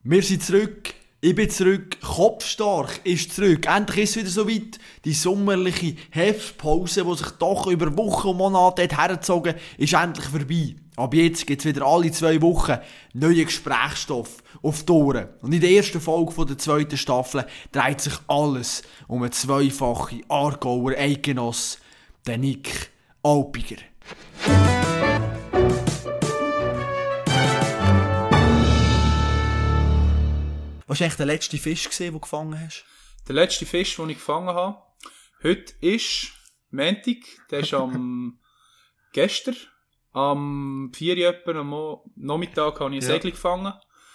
Wir sind zurück. Ich bin zurück. Kopfstark ist zurück. Endlich ist es wieder so weit. Die sommerliche Herbstpause, die sich doch über Wochen und Monate hergezogen ist endlich vorbei. Ab jetzt gibt es wieder alle 2 Wochen neue Gesprächsstoff auf die Ohren. Und in der ersten Folge der 2. Staffel dreht sich alles um einen zweifachen Aargauer Eidgenoss, den Nick Alpiger. Was war eigentlich der letzte Fisch, den du gefangen hast? Der letzte Fisch, den ich gefangen habe, heute ist Montag, der ist gestern, am 4 Uhr am Nachmittag habe ich ein Segel gefangen.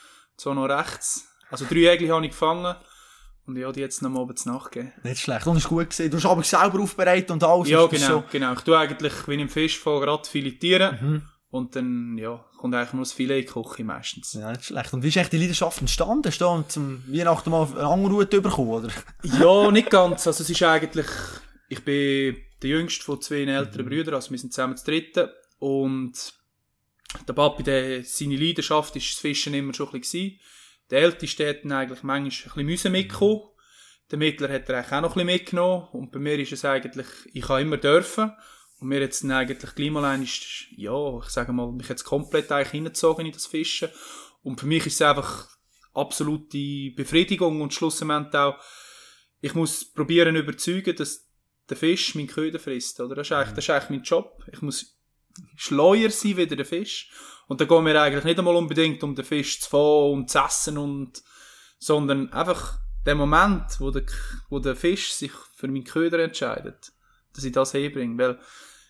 So noch rechts. Also 3 Ägel habe ich gefangen. Und ich habe die jetzt noch mal zu Nacht gegeben. Nicht schlecht. Und es ist gut gesehen. Du hast aber selber aufbereitet und alles. Ja, genau. Ich tue eigentlich, wenn ich im Fischfall gerade filetieren. Und dann, kommt eigentlich nur das Filet in die Küche meistens. Ja, nicht schlecht. Und wie ist eigentlich die Leidenschaft entstanden? Hast du zum Weihnachten mal eine Angelrute bekommen, oder? Ja, nicht ganz. Also es ist eigentlich, ich bin der jüngste von 2 älteren Brüdern, also wir sind zusammen zu dritten. Und der Papi, seine Leidenschaft war das Fischen immer schon ein bisschen. Der Älteste hat dann eigentlich manchmal ein bisschen mitkommen. Der Mittler hat er eigentlich auch noch ein bisschen mitgenommen. Und bei mir ist es eigentlich, ich kann immer dürfen. Und mir jetzt dann eigentlich gleich mal ich sage mal, mich jetzt komplett eigentlich hineingezogen in das Fischen. Und für mich ist es einfach absolute Befriedigung und schlussendlich auch, ich muss probieren überzeugen, dass der Fisch meinen Köder frisst, oder? Das ist eigentlich mein Job. Ich muss schleuer sein wie der Fisch. Und da geht mir eigentlich nicht einmal unbedingt um den Fisch zu fangen und zu essen sondern einfach der Moment, wo der Fisch sich für meinen Köder entscheidet, dass ich das herbringe. Weil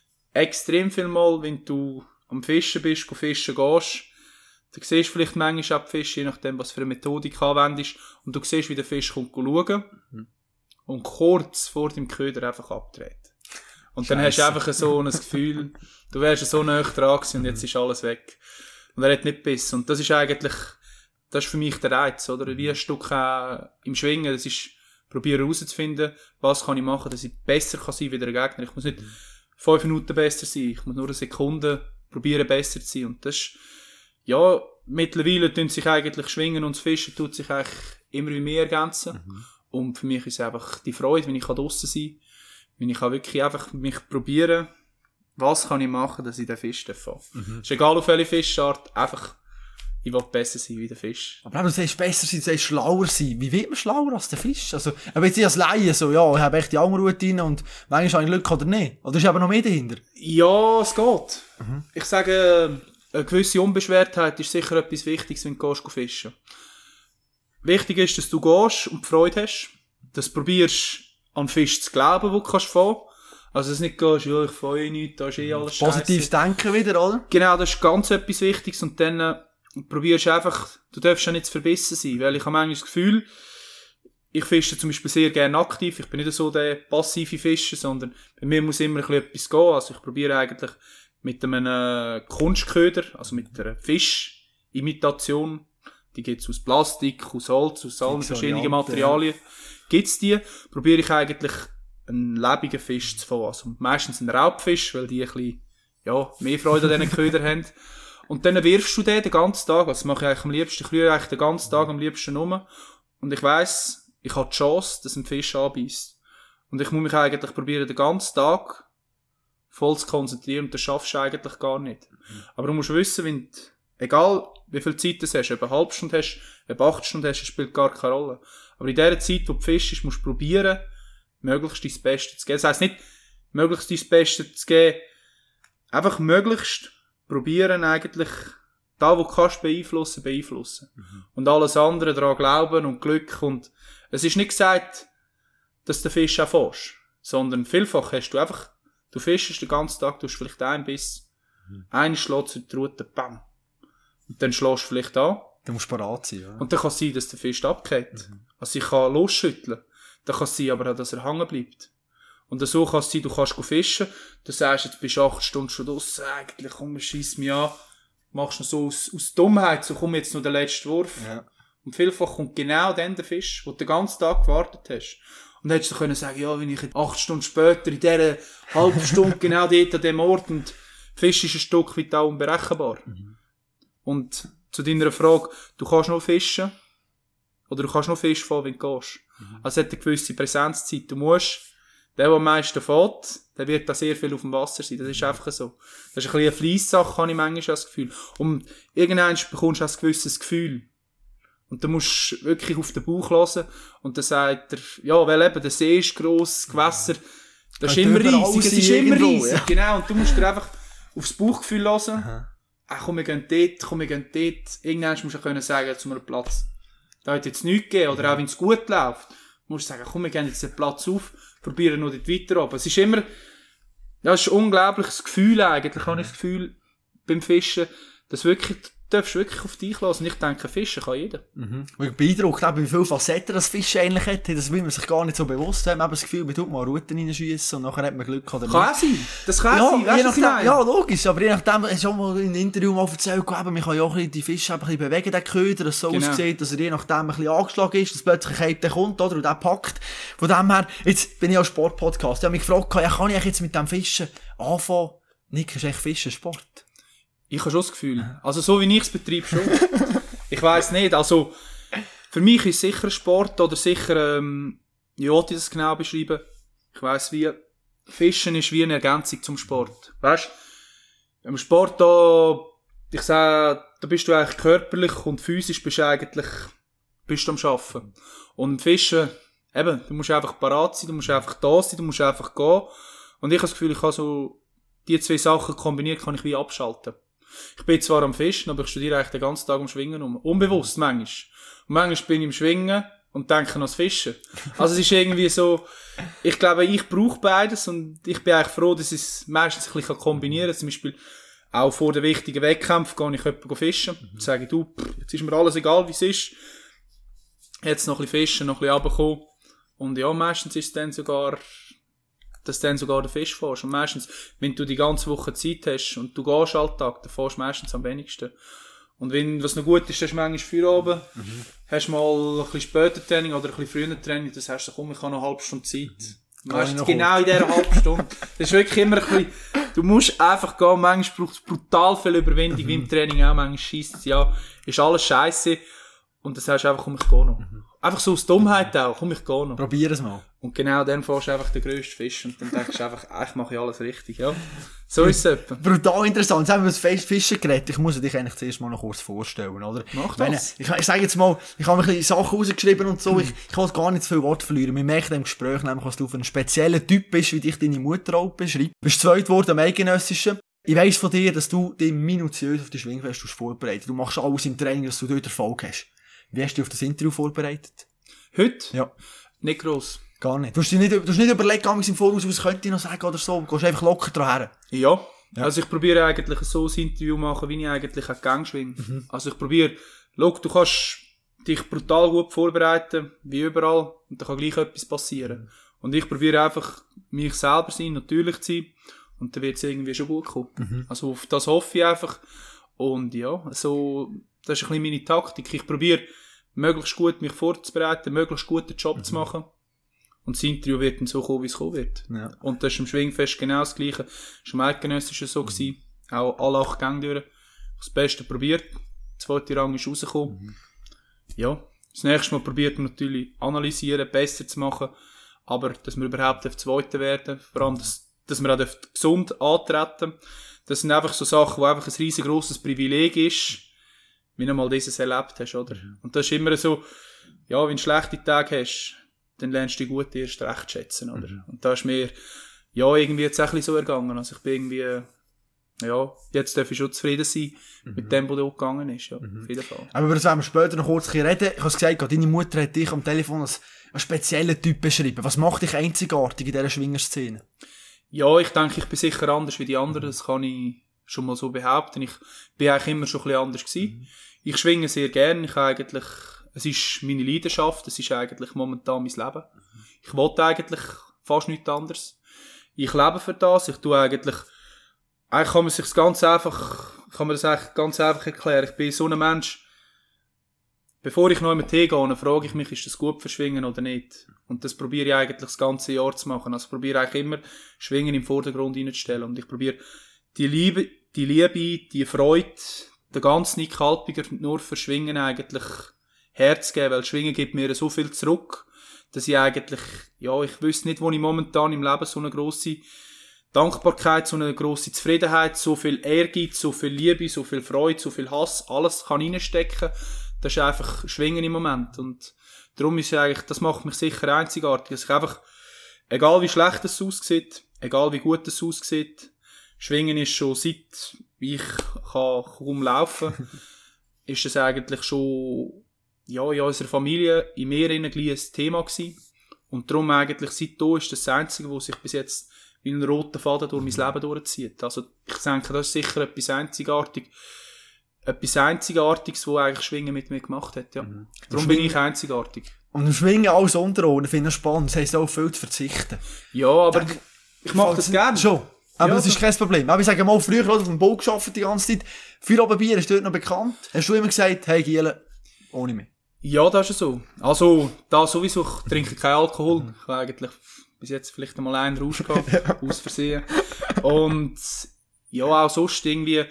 extrem viel Mal, wenn du am Fischen bist, fischen gehst, dann siehst du vielleicht manchmal auch die Fische, je nachdem, was für eine Methodik anwendest, und du siehst, wie der Fisch kommt schauen und kurz vor dem Köder einfach abdreht. Und Scheisse. Dann hast du einfach so ein Gefühl, du wärst so nah dran gewesen und jetzt ist alles weg. Und er hat nicht gebissen. Und das ist eigentlich, das ist für mich der Reiz, oder? Wie ein Stück im Schwingen, das ist, probieren herauszufinden, was kann ich machen, dass ich besser kann sein wie der Gegner. Ich muss nicht 5 Minuten besser sein, ich muss nur eine Sekunde probieren besser zu sein. Und das ist, mittlerweile tun sich eigentlich Schwingen und das Fischen tut sich eigentlich immer mehr ergänzen. Und für mich ist es einfach die Freude, wenn ich draussen sein kann, wenn ich wirklich einfach mich probieren, was kann ich machen, dass ich den Fisch fange. Ist egal auf welche Fischart, einfach, ich will besser sein wie der Fisch. Aber du sagst besser sein, du sagst schlauer sein. Wie wird man schlauer als der Fisch? Also, aber jetzt als Laie so, ich habe echt die Angelrute drin und manchmal habe ich Glück oder nicht. Oder ist aber noch mehr dahinter? Ja, es geht. Ich sage, eine gewisse Unbeschwertheit ist sicher etwas Wichtiges, wenn du fischen gehst. Wichtig ist, dass du gehst und Freude hast. Dass du probierst, an Fisch zu glauben, wo du kannst fangen. Also, dass du nicht gehst, ich fange nichts, da ist alles scheiße. Positives Denken wieder, oder? Genau, das ist ganz etwas Wichtiges. Und dann probierst einfach, du darfst ja nicht zu verbissen sein, weil ich habe manchmal das Gefühl, ich fische zum Beispiel sehr gerne aktiv, ich bin nicht so der passive Fischer, sondern bei mir muss immer etwas gehen. Also ich probiere eigentlich mit einem Kunstköder, also mit einer Fischimitation, die gibt's aus Plastik, aus Holz, aus allen verschiedenen Materialien, gibt's die, probiere ich eigentlich einen lebenden Fisch zu fangen. Also meistens einen Raubfisch, weil die ein bisschen, mehr Freude an diesen Ködern haben. Und dann wirfst du den ganzen Tag, also das mache ich eigentlich am liebsten, ich rühre eigentlich den ganzen Tag am liebsten rum. Und ich weiss, ich habe die Chance, dass ein Fisch anbeißt. Und ich muss mich eigentlich probieren, den ganzen Tag voll zu konzentrieren, und das schaffst du eigentlich gar nicht. Aber du musst wissen, egal wie viel Zeit du hast, ob eine halbe Stunde hast, ob 8 Stunden hast, spielt gar keine Rolle. Aber in der Zeit, wo du fischst, musst du probieren, möglichst dein Bestes zu geben. Das heisst nicht, möglichst dein Bestes zu geben, einfach möglichst probieren eigentlich, da wo du kannst beeinflussen. Und alles andere daran glauben und Glück. Und es ist nicht gesagt, dass der Fisch auch fährst, sondern vielfach hast du einfach, du fischst den ganzen Tag, du hast vielleicht einen Biss, einen schlägt in die Rute, bam. Und dann schlägst du vielleicht an. Du musst parat sein, ja. Und dann kann es sein, dass der Fisch abgeht. Also ich kann losschütteln. Dann kann es sein, aber auch, dass er hängen bleibt. Und so kann es sein, du kannst fischen, du sagst, jetzt bist du 8 Stunden schon draussen, eigentlich, komm, schieß mich an, machst du so aus Dummheit, so komm jetzt noch der letzte Wurf. Ja. Und vielfach kommt genau dann der Fisch, wo du den ganzen Tag gewartet hast. Und dann hättest du können sagen, wenn ich 8 Stunden später in dieser halben Stunde genau dort an dem Ort, und Fisch ist ein Stück weit auch unberechenbar. Und zu deiner Frage, du kannst noch fischen, Oder du kannst nur Fisch fangen, wenn du gehst. Also es hat eine gewisse Präsenzzeit. Du musst, der am meisten fährt, der wird da sehr viel auf dem Wasser sein. Das ist einfach so. Das ist ein bisschen eine Fleissache, habe ich manchmal das Gefühl. Und irgendwann bekommst du ein gewisses Gefühl. Und du musst wirklich auf den Bauch hören. Und dann sagt er, ja, weil eben der See ist gross, das Gewässer, das ist immer riesig, es ist immer riesig. Ja. Genau, und du musst dir einfach aufs Bauchgefühl hören. Komm, wir gehen dort. Irgendwann musst du können sagen, zu einem Platz. Da hat jetzt nichts gegeben. Oder auch wenn es gut läuft, musst du sagen, komm, wir gehen jetzt den Platz auf, probieren noch dort weiter runter. Es ist immer, ja, es ist ein unglaubliches Gefühl eigentlich, habe ich das Gefühl, beim Fischen, dass wirklich, du darfst wirklich auf dich lassen. Ich denke, Fischen kann jeder. Ich bin beeindruckt, wie viele Facetten das Fischen eigentlich hat. Das will man sich gar nicht so bewusst haben. Man hat das Gefühl, man tut mal Routen reinschiessen und nachher hat man Glück oder nicht. Kann auch sein. Das kann auch sein. Weißt du, was ich meine? Ja, logisch. Aber je nachdem, hast du schon mal in einem Interview mal erzählt, man kann ja auch die Fische ein bisschen bewegen, den Köder, dass es so aussieht, dass er je nachdem ein bisschen angeschlagen ist, dass plötzlich ein Cape kommt, oder, und der packt. Von dem her, jetzt bin ich auch Sportpodcast. Ich habe mich gefragt, ja, kann ich jetzt mit dem Fischen anfangen? Nick, ist eigentlich Fischen Sport? Ich habe schon das Gefühl. Also so wie ich es betreibe schon. Ich weiss nicht. Also für mich ist es sicher ein Sport oder sicher, wie wollte ich das genau beschreiben? Ich weiss wie, Fischen ist wie eine Ergänzung zum Sport. Weißt du? Im Sport da, ich sage, da bist du eigentlich körperlich und physisch bist du am Arbeiten. Und im Fischen, eben, du musst einfach parat sein, du musst einfach da sein, du musst einfach gehen. Und ich habe das Gefühl, ich kann so, die zwei Sachen kombiniert, kann ich wie abschalten. Ich bin zwar am Fischen, aber ich studiere eigentlich den ganzen Tag am Schwingen um. Unbewusst manchmal. Und manchmal bin ich im Schwingen und denke an das Fischen. Also es ist irgendwie so, ich glaube, ich brauche beides und ich bin eigentlich froh, dass ich es meistens ein bisschen kombinieren kann. Zum Beispiel auch vor den wichtigen Wettkämpfen gehe ich jemanden fischen. Sage du, jetzt ist mir alles egal, wie es ist. Jetzt noch ein bisschen fischen, noch ein bisschen runterkommen. Und ja, meistens ist es dann sogar, dass du dann sogar den Fisch fährst. Und meistens, wenn du die ganze Woche Zeit hast und du gehst Alltag, dann fährst du meistens am wenigsten. Und wenn, was noch gut ist, hast du manchmal für oben, hast mal ein bisschen später Training oder ein bisschen früher Training, das hast du, komm, ich habe noch eine halbe Stunde Zeit. Meistens genau in dieser halben Stunde. Das ist wirklich immer ein bisschen, du musst einfach gehen, manchmal braucht es brutal viel Überwindung, wie im Training auch, manchmal scheisst es, ja, ist alles scheisse. Und dann sagst du einfach, komm, ich gehe noch. Einfach so aus Dummheit auch, komm, ich gehe noch. Probier es mal. Und genau dann fährst du einfach den grössten Fisch und dann denkst du einfach, ich mache ja alles richtig, ja. So ist es etwa. Brutal interessant. Jetzt haben wir das Fischen geredet. Ich muss dich eigentlich zuerst mal noch kurz vorstellen, oder? Mach das. Ich sage jetzt mal, ich habe mir ein bisschen Sachen rausgeschrieben und so. Ich kann gar nicht zu viel Wort verlieren. Wir merken im Gespräch nämlich, dass du für einen speziellen Typ bist, wie dich deine Mutter auch beschreibt. Du bist zweit geworden am Eidgenössischen. Ich weiss von dir, dass du dich minutiös auf die Schwingfest vorbereitet. Du machst alles im Training, dass du dort Erfolg hast. Wie hast du dich auf das Interview vorbereitet? Heute? Ja. Nicht gross. Gar nicht. Du hast nicht überlegt, im Voraus, was könnte ich noch sagen oder so. Du gehst einfach locker dran her. Ja. Also ich probiere eigentlich so ein Interview machen, wie ich eigentlich auch Gang schwinge. Also ich probiere, du kannst dich brutal gut vorbereiten, wie überall, und da kann gleich etwas passieren. Und ich probiere einfach, mich selber sein, natürlich zu sein, und dann wird es irgendwie schon gut kommen. Also auf das hoffe ich einfach. Und ja, so, das ist ein bisschen meine Taktik. Ich probiere, möglichst gut mich vorzubereiten, möglichst gut den Job zu machen. Und das Interview wird dann so kommen, wie es kommen wird. Ja. Und das ist im Schwingfest genau das Gleiche. Das war im Eidgenössischen so gewesen. Auch alle 8 Gänge durch. Das Beste probiert. Der zweite Rang ist rausgekommen. Ja. Das nächste Mal probiert man natürlich analysieren, besser zu machen. Aber, dass wir überhaupt auf Zweite werden. Vor allem, dass wir auch gesund antreten. Das sind einfach so Sachen, die einfach ein riesengroßes Privileg ist, wenn du mal dieses erlebt hast, oder? Und das ist immer so, ja, wenn du schlechte Tage hast, dann lernst du die gut erst recht schätzen, oder? Und da ist mir, ja, irgendwie jetzt auch ein bisschen so ergangen. Also ich bin irgendwie, ja, jetzt darf ich schon zufrieden sein mit dem, was da gegangen ist, ja, auf jeden Fall. Aber über das werden wir später noch kurz reden. Ich habe es gesagt, deine Mutter hat dich am Telefon als speziellen Typ beschrieben. Was macht dich einzigartig in dieser Schwingerszene? Ja, ich denke, ich bin sicher anders wie die anderen, das kann ich schon mal so behaupten. Ich bin eigentlich immer schon ein bisschen anders gewesen. Ich schwinge sehr gern, es ist meine Leidenschaft, es ist eigentlich momentan mein Leben. Ich wollte eigentlich fast nichts anderes. Ich lebe für das, ich tue eigentlich kann man das eigentlich ganz einfach erklären. Ich bin so ein Mensch, bevor ich noch einmal hingehe, frage ich mich, ist das gut für Schwingen oder nicht? Und das probiere ich eigentlich das ganze Jahr zu machen. Also ich probiere eigentlich immer, Schwingen im Vordergrund hineinzustellen. Und ich probiere die Liebe, die Freude, der ganze Nick Halpiger nur für Schwingen eigentlich Herz geben, weil Schwingen gibt mir so viel zurück, dass ich eigentlich, ja, ich wüsste nicht, wo ich momentan im Leben so eine grosse Dankbarkeit, so eine grosse Zufriedenheit, so viel Ehrgeiz, so viel Liebe, so viel Freude, so viel Hass, alles kann reinstecken. Das ist einfach Schwingen im Moment. Und darum ist eigentlich, das macht mich sicher einzigartig, dass ich einfach, egal wie schlecht es aussieht, egal wie gut es aussieht, Schwingen ist schon seit ich kann kaum laufen, ist das eigentlich schon, ja, in unserer Familie, in mir ein Thema gewesen. Und darum eigentlich, seitdem ist das Einzige, was sich bis jetzt wie ein roter Faden durch mein Leben durchzieht. Also, ich denke, das ist sicher etwas Einzigartiges, was eigentlich Schwingen mit mir gemacht hat, ja. Darum bin ich einzigartig. Und im Schwingen alles unterordnen, finde ich spannend. Das heisst auch viel zu verzichten. Ja, aber ich mache das gerne. Schon. Aber ja, das ist kein Problem. Aber ich sage mal, früher auf dem Bau gearbeitet die ganze Zeit. Feierabendbier ist dort noch bekannt. Hast du immer gesagt, hey Giele, ohne mich? Ja, das ist so. Also, da sowieso, ich trinke keinen Alkohol. Ich habe eigentlich bis jetzt vielleicht einmal einen Rausch gehabt, aus Versehen. Und, ja, auch sonst irgendwie,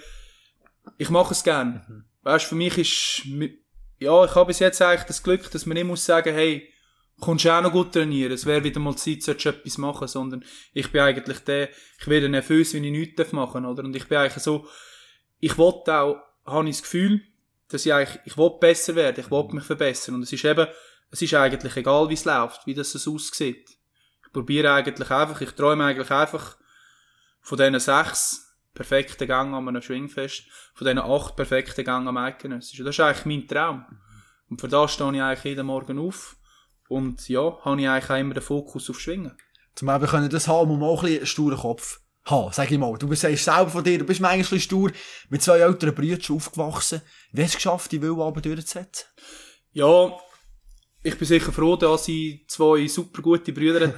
ich mache es gern. Weißt, für mich ist, ja, ich habe bis jetzt eigentlich das Glück, dass man nicht muss sagen, hey, kommst du auch noch gut trainieren, es wäre wieder mal Zeit, solltest du etwas machen, sondern ich bin eigentlich ich werde nervös, wenn ich nichts machen darf, oder? Und ich bin eigentlich so, ich will auch, habe ich das Gefühl, dass ich will besser werden, ich will mich verbessern. Und es ist eigentlich egal, wie es läuft, wie das aussieht. Ich probiere eigentlich einfach, ich träume eigentlich einfach von diesen 6 perfekten Gängen an einem Schwingfest, von diesen 8 perfekten Gängen am Eidgenössischen. Das ist eigentlich mein Traum. Und für das stehe ich eigentlich jeden Morgen auf. Und ja, habe ich eigentlich auch immer den Fokus auf Schwingen. Zum Beispiel können das haben, muss man auch ein bisschen einen sturen Kopf haben, sag ich mal. Du sagst selber von dir, du bist manchmal ein bisschen stur, mit 2 älteren Brüdern aufgewachsen. Wie hast du es geschafft, die Willen durchzusetzen? Ja, ich bin sicher froh, dass ich 2 super gute Brüder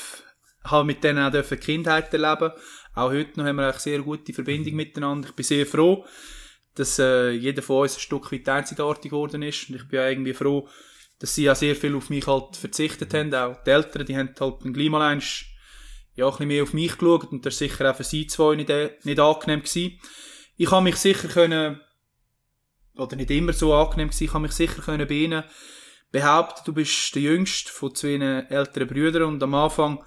habe mit denen auch die Kindheit erleben. Auch heute noch haben wir eine sehr gute Verbindung miteinander. Ich bin sehr froh, dass jeder von uns ein Stück weit einzigartig geworden ist. Und ich bin auch irgendwie froh, dass sie auch sehr viel auf mich halt verzichtet haben. Auch die Eltern, die haben halt gleich mal ein bisschen mehr auf mich geschaut. Und das ist sicher auch für sie 2 nicht angenehm gewesen. Ich habe mich sicher können, oder nicht immer so angenehm gewesen, ich habe mich sicher können bei ihnen behaupten, du bist der Jüngste von 2 älteren Brüdern und am Anfang,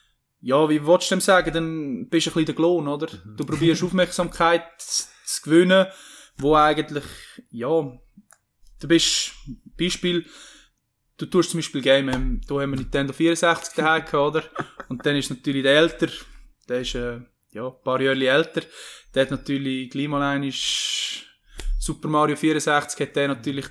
ja, wie willst du dem sagen, dann bist du ein bisschen der Klon, oder? Du probierst Aufmerksamkeit zu gewinnen, wo eigentlich, ja, du bist, Beispiel, du tust zum Beispiel Game, da haben wir Nintendo 64 daheim gehabt, oder? Und dann ist natürlich der älter, der ist, ja, ein paar Jahre älter, der hat natürlich gleich mal einmal Super Mario 64, hat der natürlich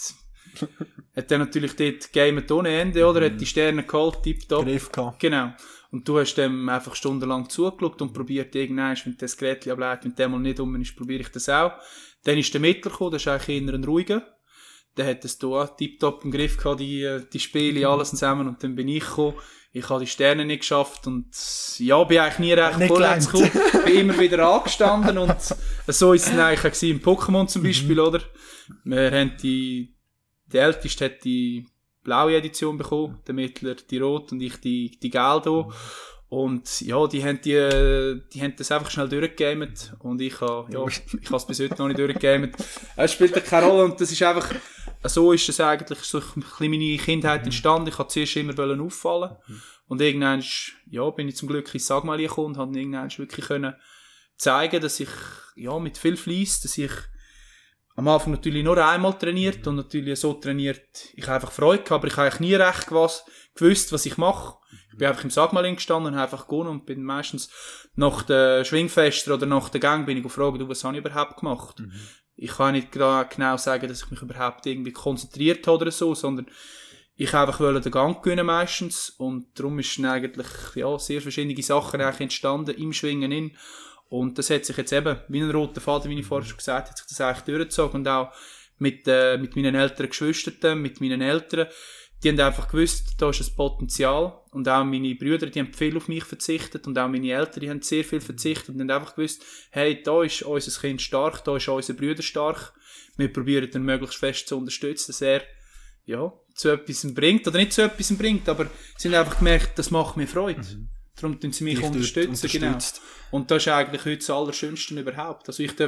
dort gamet ohne Ende, oder? Hat die Sterne geholt, tipptopp. Griff gehabt. Genau. Und du hast dem einfach stundenlang zugeschaut und probiert irgendwann, wenn das Gerät ableitet, wenn der mal nicht um ist, probiere ich das auch. Dann ist der Mittler gekommen, das ist eigentlich eher ein ruhiger. Der hat das hier tipptopp im Griff gehabt, die Spiele, alles zusammen. Und dann bin ich gekommen. Ich habe die Sterne nicht geschafft und, ja, bin eigentlich nie recht vorwärts gekommen. Bin immer wieder angestanden und so ist es dann eigentlich auch im Pokémon zum Beispiel, oder? Wir haben der Älteste hat die blaue Edition bekommen, der Mittler die rote und ich die gelbe hier. Und ja, die haben das einfach schnell durchgegamet und ich habe es bis heute noch nicht durchgegamet. Es spielt ja keine Rolle und das ist einfach, so ist es eigentlich so ein bisschen meine Kindheit entstanden. Ich wollte zuerst immer auffallen und irgendwann, ja, bin ich zum Glück ins Sagmali gekommen und habe irgendwann wirklich können zeigen, dass ich, ja, mit viel Fleiss, dass ich am Anfang natürlich nur einmal trainiert und natürlich so trainiert, ich habe einfach Freude gehabt, aber ich habe eigentlich nie recht gewusst, was ich mache. Ich bin einfach im Sagmalin gestanden und einfach gegangen und bin meistens nach den Schwingfesten oder nach der Gang bin ich gefragt, was habe ich überhaupt gemacht? Ich kann nicht genau sagen, dass ich mich überhaupt irgendwie konzentriert habe oder so, sondern ich einfach wollte den Gang gewinnen meistens und darum ist dann eigentlich, ja, sehr verschiedene Sachen eigentlich entstanden im Schwingen und das hat sich jetzt eben, wie ein roter Faden, wie ich vorher schon gesagt habe, hat sich das eigentlich durchgezogen und auch mit meinen älteren Geschwistern, mit meinen Eltern, die haben einfach gewusst, da ist ein Potenzial und auch meine Brüder, die haben viel auf mich verzichtet und auch meine Eltern, die haben sehr viel verzichtet und haben einfach gewusst, hey, da ist unser Kind stark, da ist unser Brüder stark, wir probieren ihn möglichst fest zu unterstützen, dass er, ja, zu etwas bringt, oder nicht zu etwas bringt, aber sie haben einfach gemerkt, das macht mir Freude. Darum tun sie mich unterstützen, genau. Und das ist eigentlich heute das Allerschönste überhaupt. Also ich darf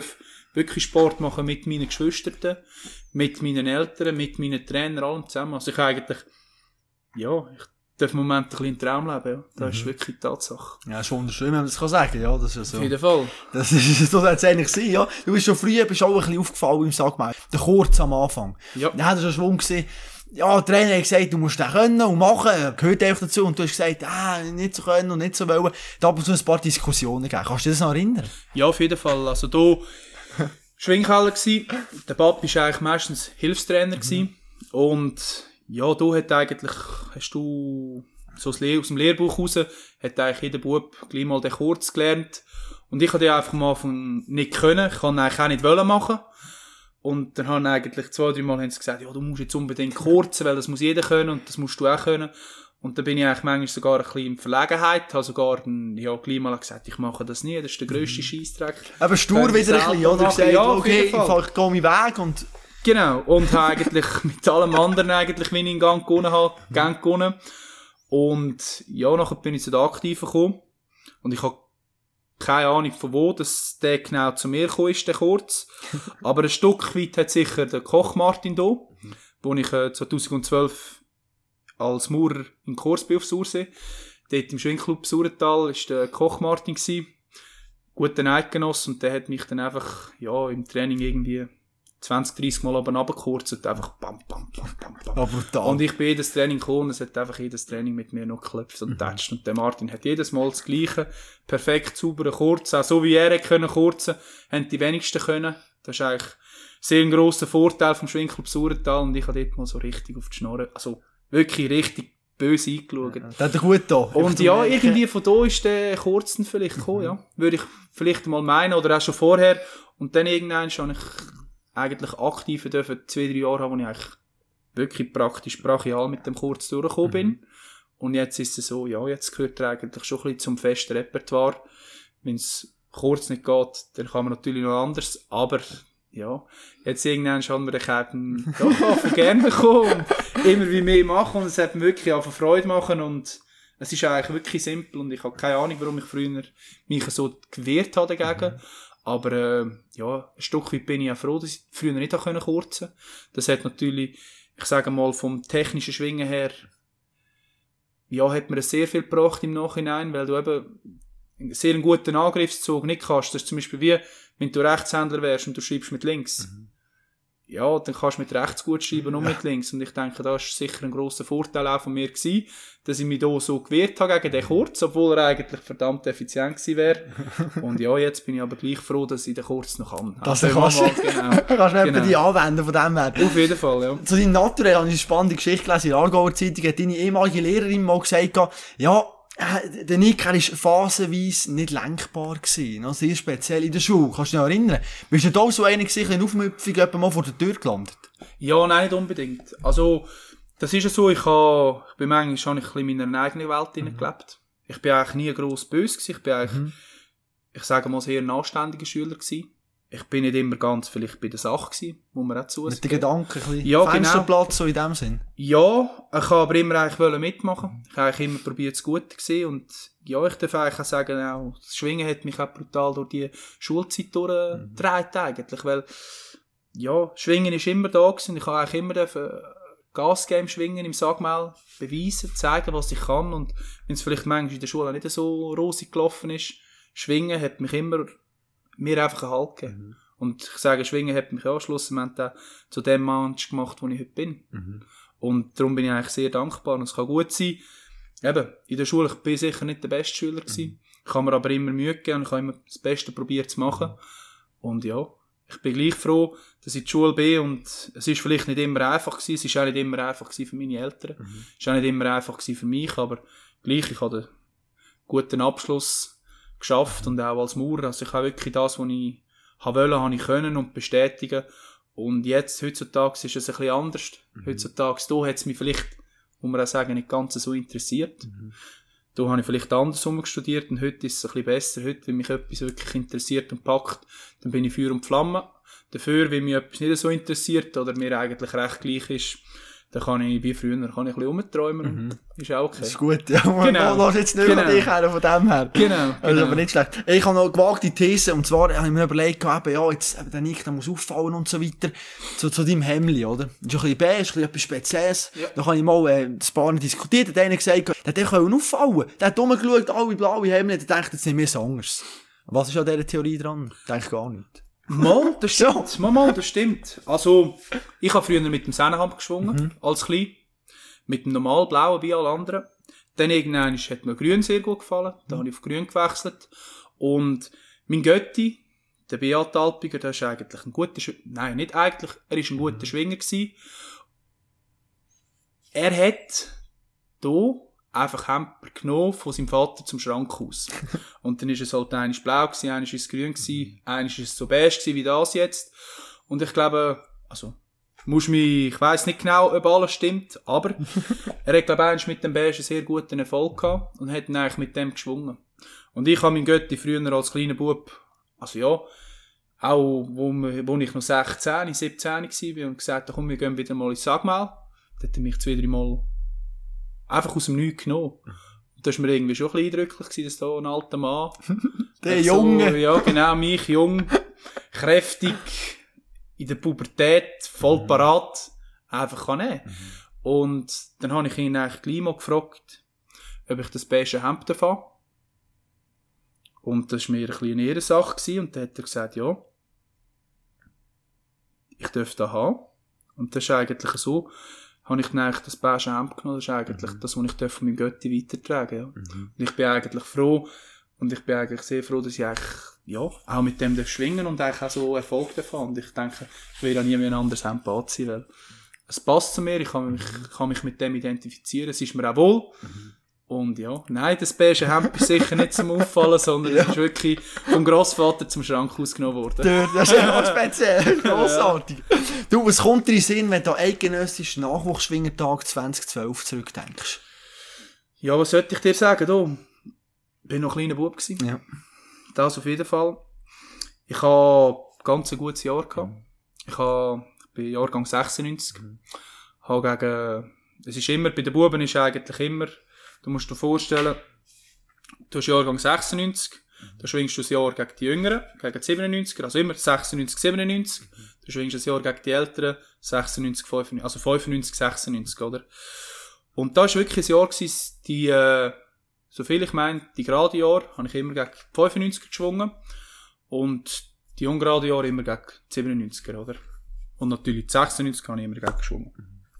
wirklich Sport machen mit meinen Geschwistern, mit meinen Eltern, mit meinen Trainern, allem zusammen. Also ich eigentlich, ja, ich darf im Moment ein bisschen einen Traum leben, ja. Das ist wirklich die Tatsache. Ja, ist wunderschön, wenn man das sagen kann, ja, das ist ja so. Auf jeden Fall. Das ist, so jetzt eigentlich sein, ja. Du bist schon früh, bist auch ein bisschen aufgefallen im Sagmeier. Der Kurz am Anfang. Ja. Ja, das war schon Schwung gewesen. Ja, der Trainer hat gesagt, du musst den können und machen, gehört einfach dazu. Und du hast gesagt, nicht so können und nicht so wollen. Da hat es so ein paar Diskussionen gegeben. Kannst du dich das noch erinnern? Ja, auf jeden Fall. Also da, Schwinghalle gsi. Der Papi war eigentlich meistens Hilfstrainer gsi. Und ja, da hast du so aus dem Lehrbuch raus, hat eigentlich jeder Bub gleich mal den Kurz gelernt. Und ich habe den einfach mal nicht können. Ich kann eigentlich auch nicht machen. Und dann haben eigentlich 2-3 Mal gesagt, ja, du musst jetzt unbedingt kurzen, weil das muss jeder können und das musst du auch können. Und dann bin ich eigentlich manchmal sogar ein bisschen in Verlegenheit, habe sogar gleich mal gesagt, ich mache das nie, das ist der grösste Scheissdreck. Aber stur wieder ein bisschen, oder? Gesagt, ja, okay, ich gehe meinen Weg und... Genau, und habe eigentlich mit allem anderen eigentlich, wenn ich in Gang gewonnen habe, Gang gewonnen. Und ja, nachher bin ich zu den Aktiven gekommen. Und ich habe keine Ahnung von wo, dass der genau zu mir gekommen ist, der Kurz. Aber ein Stück weit hat sicher der Koch Martin da, wo ich 2012 als Maurer im Kurs bin auf Sursee. Dort im Schwingclub Saurental war der Koch Martin gewesen. Guter Eidgenoss, und der hat mich dann einfach, ja, im Training irgendwie 20-30 Mal oben runtergekürzt und einfach bam. Ja, brutal. Und ich bin jedes Training gekommen und es hat einfach jedes Training mit mir noch geklopft und tätscht. Und der Martin hat jedes Mal das Gleiche. Perfekt, sauber, kurz. Auch so wie er können kurzen, haben die wenigsten können. Das ist eigentlich sehr ein grosser Vorteil vom Schwingclub Saurental, und ich habe dort mal so richtig auf die Schnorre, also wirklich richtig böse eingeschaut. Ja, das hat er gut da. Und ja, irgendwie von da ist der Kurzen vielleicht gekommen, ja. Würde ich vielleicht mal meinen, oder auch schon vorher. Und dann irgendwann habe ich eigentlich aktiv 2-3 Jahre haben, wo ich eigentlich wirklich praktisch brachial mit dem Kurz durchgekommen bin. Und jetzt ist es so, ja, jetzt gehört er eigentlich schon ein bisschen zum festen Repertoire. Wenn es kurz nicht geht, dann kann man natürlich noch anders, aber ja, jetzt irgendwann haben wir den Käten doch gerne bekommen und immer wie mehr machen, und es hat mir wirklich einfach Freude machen, und es ist eigentlich wirklich simpel, und ich habe keine Ahnung, warum ich früher mich so gewehrt habe dagegen. Aber ja, ein Stück weit bin ich auch froh, dass ich früher nicht kurzen konnte. Das hat natürlich, ich sage mal, vom technischen Schwingen her, ja, hat mir sehr viel gebracht im Nachhinein, weil du eben einen sehr guten Angriffszug nicht kannst. Das ist zum Beispiel wie, wenn du Rechtshändler wärst und du schreibst mit links. Ja, dann kannst du mit rechts gut schreiben und mit links. Und ich denke, das ist sicher ein grosser Vorteil auch von mir gewesen, dass ich mich da so gewehrt habe gegen den Kurz, obwohl er eigentlich verdammt effizient gewesen wäre. Und ja, jetzt bin ich aber gleich froh, dass ich den Kurz noch kann. Das kannst du kannst die anwenden von dem her. Auf jeden Fall, ja. Zu deinem Naturell habe ich eine spannende Geschichte gelesen. In der Aargauer Zeitung hat deine ehemalige Lehrerin mal gesagt, ja, der Nick, er war phasenweise nicht lenkbar gewesen. No, sehr speziell in der Schule. Kannst du dich noch erinnern? Bist du da auch so einer gewesen, in Aufmüpfung, etwa mal vor der Tür gelandet? Ja, nein, nicht unbedingt. Also, das ist ja so, ich bin manchmal ein bisschen in meiner eigenen Welt hineingelebt. Ich bin eigentlich nie gross böse gewesen. Ich bin eigentlich, ich sage mal, sehr ein anständiger Schüler gewesen. Ich bin nicht immer ganz vielleicht bei der Sache gewesen, wo man auch zu. Mit den Gedanken ein bisschen. Ja, Fensterplatz, so in dem Sinn. Ja, ich habe aber immer eigentlich mitmachen. Ich habe eigentlich immer probiert, das Gute zu sehen. Und ja, ich darf eigentlich auch sagen, auch das Schwingen hat mich auch brutal durch die Schulzeit durchgedreht eigentlich. Weil, ja, Schwingen ist immer da gewesen. Ich habe eigentlich immer Gas geben, Schwingen im Sagmaul, beweisen, zeigen, was ich kann. Und wenn es vielleicht manchmal in der Schule nicht so rosig gelaufen ist, Schwingen hat mich immer mir einfach einen Halt gegeben. Und ich sage, Schwingen hat mich auch schlussendlich auch zu dem Mensch gemacht, wo ich heute bin. Und darum bin ich eigentlich sehr dankbar. Und es kann gut sein, eben, in der Schule, ich bin sicher nicht der beste Schüler gewesen. Ich habe mir aber immer Mühe gegeben und ich habe immer das Beste probiert zu machen. Und ja, ich bin gleich froh, dass ich in der Schule bin, und es ist vielleicht nicht immer einfach gewesen, es ist auch nicht immer einfach gewesen für meine Eltern, es ist auch nicht immer einfach gewesen für mich, aber gleich, ich habe einen guten Abschluss geschafft und auch als Maurer, also ich habe wirklich das, was ich wollte, habe ich können und bestätigen. Und jetzt, heutzutage, ist es ein bisschen anders. Heutzutage, da hat es mich vielleicht, muss man auch sagen, nicht ganz so interessiert. Da habe ich vielleicht andersrum studiert und heute ist es ein bisschen besser. Heute, wenn mich etwas wirklich interessiert und packt, dann bin ich Feuer und Flamme. Dafür, wenn mich etwas nicht so interessiert oder mir eigentlich recht gleich ist, dann kann ich, wie früher, ein bisschen rumträumen und ist auch okay. Das ist gut, ja. Genau. Lass jetzt nicht an dich her, von dem her. Genau. Also, aber nicht schlecht. Ich habe noch gewagte These, und zwar habe ich mir überlegt, eben, ja, jetzt, eben, der Nick, der muss auffallen und so weiter. Zu deinem Hemdli, oder? Das ist ein bisschen beige, ein bisschen etwas Spezielles. Ja. Da habe ich mal, ein paar diskutiert, hat einer gesagt, der hätte auffallen. Der hat rumgeschaut, alle blaue Hemdli, der denkt, jetzt nicht mehr so anders. Was ist an dieser Theorie dran? Denke gar nicht. Mal, das stimmt. Mal, das stimmt. Also, ich habe früher mit dem Sennenhamp geschwungen, als klein. Mit dem normal blauen, wie alle anderen. Dann irgendwann hat mir grün sehr gut gefallen. Dann habe ich auf grün gewechselt. Und mein Götti, der Beat Alpiger, der ist eigentlich ein guter nein, nicht eigentlich, er ist ein guter Schwinger gewesen. Er hat hier einfach Hemper genommen von seinem Vater zum Schrank aus. Und dann ist es halt eines blau gewesen, eines ist grün gewesen, eines ist so beige gewesen wie das jetzt. Und ich glaube, also, ich weiss nicht genau, ob alles stimmt, aber er hat, glaube ich, mit dem beige einen sehr guten Erfolg gehabt und hat dann eigentlich mit dem geschwungen. Und ich habe meinen Götti früher als kleiner Bub, also ja, auch wo ich noch 16, 17 war und gesagt, komm, wir gehen wieder mal ins Sagmaul. Da hat er mich 2-3 Mal einfach aus dem Nichts genommen. Und das war mir irgendwie schon ein bisschen eindrücklich, dass da ein alter Mann... Der Junge! So, ja, genau, mich, jung, kräftig, in der Pubertät, voll parat, einfach kann nehmen. Und dann habe ich ihn eigentlich gleich mal gefragt, ob ich das beige Hemd habe. Und das war mir ein bisschen eine Ehrensache gewesen. Und dann hat er gesagt, ja, ich darf das haben. Und das ist eigentlich so, habe ich dann eigentlich das beige Hemd genommen. Das ist eigentlich das, was ich von meinem Götti weitertragen darf. Ja. Und ich bin eigentlich froh, und ich bin eigentlich sehr froh, dass ich eigentlich, ja, auch mit dem schwingen und eigentlich auch so Erfolg davon. Und ich denke, ich will auch nie mehr ein anderes Hemd anziehen, weil es passt zu mir, ich kann mich mit dem identifizieren, es ist mir auch wohl. Und ja, nein, das beige Hemd ist sicher nicht zum Auffallen, sondern es ist wirklich vom Grossvater zum Schrank ausgenommen worden. Das ist ja speziell, grossartig. Du, was kommt dir in den Sinn, wenn du an den eidgenössischen Nachwuchsschwingertag 2012 zurückdenkst? Ja, was sollte ich dir sagen? Du, ich war noch ein kleiner Bub gewesen. Ja. Das auf jeden Fall. Ich hatte ganz ein gutes Jahr gehabt. Ich bin Jahrgang 96. Es ist immer, bei den Buben ist eigentlich immer, du musst dir vorstellen, du hast Jahrgang 96, da schwingst du das Jahr gegen die Jüngeren, gegen die 97er, also immer 96, 97. Du schwingst das Jahr gegen die Älteren, 96, 95, also 95, 96, oder? Und da war wirklich ein Jahr gewesen, soviel ich meine, die gerade Jahre habe ich immer gegen die 95er geschwungen und die ungerade Jahre immer gegen die 97er, oder? Und natürlich die 96 habe ich immer gegen geschwungen.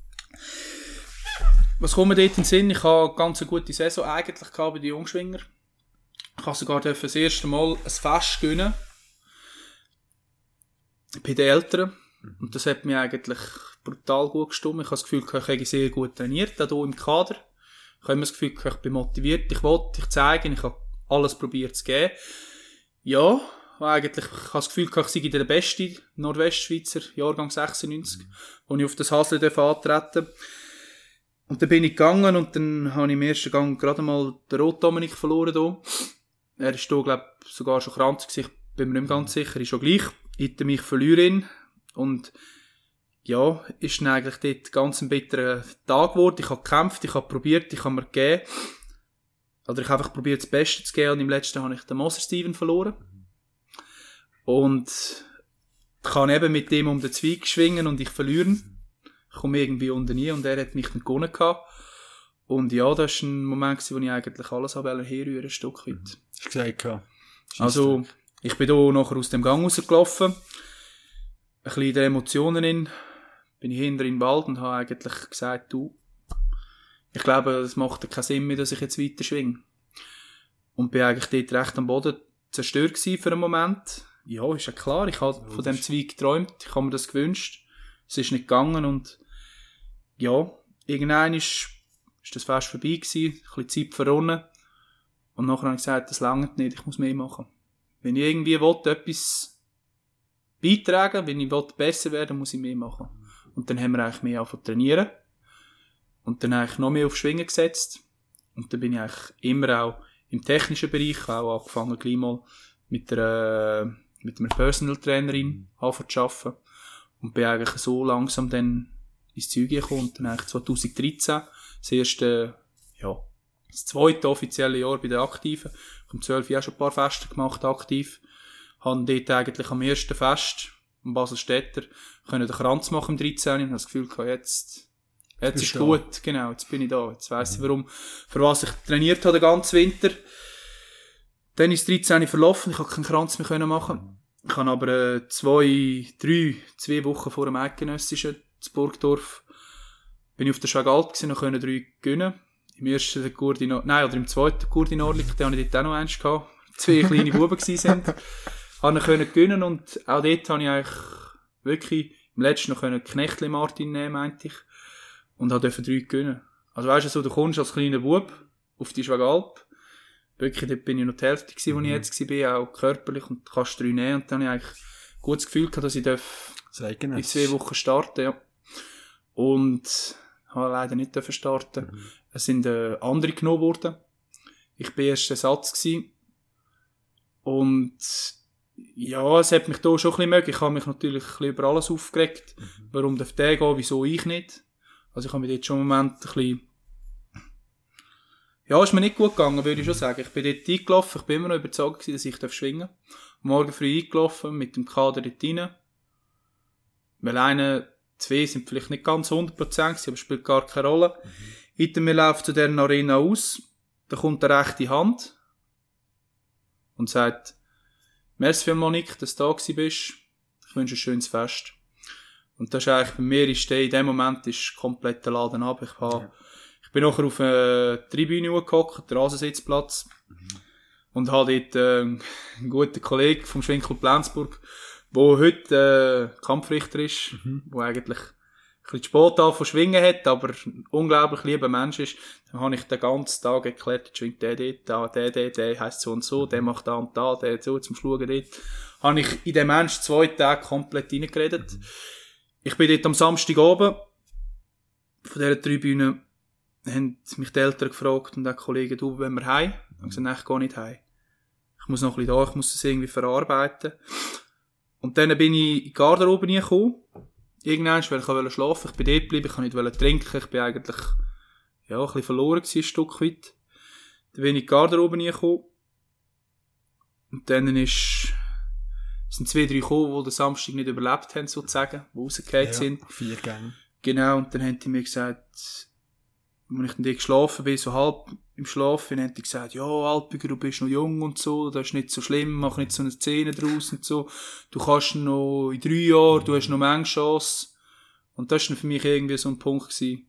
Was kommt mir dort in den Sinn? Ich habe eine ganz gute Saison eigentlich gehabt bei den Jungschwinger. Ich habe sogar das erste Mal ein Fest gönnen bei den Eltern. Und das hat mir eigentlich brutal gut gestimmt. Ich habe das Gefühl, ich habe sehr gut trainiert, auch hier im Kader. Ich habe immer das Gefühl, ich bin motiviert, ich zeige, ich habe alles probiert zu geben. Ja, eigentlich, ich habe das Gefühl, ich sei der beste Nordwestschweizer, Jahrgang 96, wo ich auf das Hasle antreten darf. Und dann bin ich gegangen und dann habe ich im ersten Gang gerade mal den Rot-Dominik verloren hier. Er ist hier, glaube ich, sogar schon krank gewesen. Ich bin mir nicht ganz sicher, ist schon gleich. Hinter mich verliere ihn. Und ja, ist dann eigentlich dort ganz ein bitterer Tag geworden. Ich habe gekämpft, ich habe probiert, ich habe mir gegeben. Oder ich habe einfach probiert, das Beste zu geben. Und im letzten habe ich den Moser Steven verloren. Und ich kann eben mit dem um den Zweig schwingen und ich verliere. Ich komme irgendwie unten nie und er hat mich nicht gewonnen gehabt. Und ja, das war ein Moment, wo ich eigentlich alles herrühren, ein Stück weit. Hast du gesagt, ja. Also, ich bin hier nachher aus dem Gang rausgelaufen. Ein bisschen in den Emotionen in. Bin ich hinter in den Wald und habe eigentlich gesagt, du, ich glaube, es macht keinen Sinn mehr, dass ich jetzt weiter schwinge. Und bin eigentlich dort recht am Boden zerstört gewesen für einen Moment. Ja, ist ja klar, ich habe von dem Zweig geträumt, ich habe mir das gewünscht. Es ist nicht gegangen und ja, irgendwann ist das Fest vorbei gewesen, ein bisschen Zeit verronnen. Und nachher habe ich gesagt, das reicht nicht, ich muss mehr machen. Wenn ich irgendwie etwas beitragen will, wenn ich besser werden will, muss ich mehr machen. Und dann haben wir eigentlich mehr angefangen zu trainieren. Und dann eigentlich noch mehr auf Schwingen gesetzt. Und dann bin ich eigentlich immer auch im technischen Bereich, auch angefangen gleich mal mit einer Personal Trainerin zu arbeiten. Und bin eigentlich so langsam dann ins Zeug gekommen und dann eigentlich 2013 das zweite offizielle Jahr bei den Aktiven. Ich habe um 12 Jahre schon ein paar Feste gemacht, aktiv. Habe dort eigentlich am ersten Fest, am Baselstädter, den Kranz machen im 13. und habe das Gefühl gehabt, jetzt ist gut, genau, jetzt bin ich da. Jetzt weiss ich, für was ich trainiert habe den ganzen Winter. Dann ist das 13. verlaufen, ich konnte keinen Kranz mehr machen. Ich habe aber 2 Wochen vor dem Eidgenössischen zu Burgdorf bin ich auf der Chagall gewesen und konnte 3 gewinnen. Im ersten im zweiten Gurdinor-Lig, den hatte ich dort auch noch eins gehabt. 2 kleine Buben waren. Habe ich gewinnen und auch dort habe ich eigentlich wirklich im letzten noch Knechtli Martin nehmen, meinte ich. Und durfte 3 gewinnen. Also weißt du, so, du kommst als kleiner Bub auf die Schwagalp. Wirklich, dort bin ich noch die Hälfte gewesen, wo ich jetzt war, auch körperlich, und kannst 3 nehmen. Und dann habe ich eigentlich ein gutes Gefühl gehabt, dass ich in 2 Wochen starten, ja. Und habe leider nicht starten. Es sind andere genommen worden. Ich war erst Ersatz gewesen. Und ja, es hat mich da schon ein bisschen mögen. Ich habe mich natürlich ein bisschen über alles aufgeregt. Warum darf der gehen, wieso ich nicht? Also ich habe mich dort schon im Moment ein bisschen... Ja, ist mir nicht gut gegangen, würde ich schon sagen. Ich bin dort eingelaufen, ich bin immer noch überzeugt gewesen, dass ich schwingen darf. Morgen früh eingelaufen, mit dem Kader dort rein. Weil 2 sind vielleicht nicht ganz 100% gewesen, aber spielt gar keine Rolle. Hinter mir läuft zu dieser Arena aus, da kommt eine rechte Hand und sagt, merci vielmals, Nick, dass du da gewesen bist. Ich wünsche ein schönes Fest. Und das ist eigentlich bei mir, in dem Moment ist komplett der Laden ab. Ich bin nachher auf eine Tribüne gehockt, den Rasensitzplatz, und habe dort einen guten Kollegen vom Schwinkel Flensburg, der heute Kampfrichter ist, der eigentlich ein bisschen spät von Schwingen hat, aber ein unglaublich lieber Mensch ist. Dann habe ich den ganzen Tag erklärt, jetzt schwingt der dort, der heisst so und so, der macht da und da, der so, zum Schauen dort. Habe ich in den Menschen 2 Tage komplett reingeredet. Ich bin dort am Samstag oben, von dieser Tribüne, haben mich die Eltern gefragt und auch die Kollegen, du, wollen wir heim? Ich habe gesagt, nein, ich gehe nicht heim. Ich muss noch ein bisschen da, ich muss das irgendwie verarbeiten. Und dann bin ich in die Garderobe gekommen. Irgendwann, weil ich schlafen wollte. Ich bin dort geblieben, ich wollte nicht trinken. Ich bin eigentlich, ein bisschen verloren gewesen, ein Stück weit. Dann bin ich in die Garderobe gekommen. Und dann sind 2, 3 gekommen, die den Samstag nicht überlebt haben, sozusagen, die rausgefallen sind. 4 Gänge. Genau, und dann haben die mir gesagt, als ich dann dort geschlafen bin, so halb im Schlafen, haben die gesagt, ja, Alpiger, du bist noch jung und so, das ist nicht so schlimm, mach nicht so eine Szene draus und so. Du kannst noch in 3 Jahren, du hast noch Menge Chance. Und das war für mich irgendwie so ein Punkt gewesen.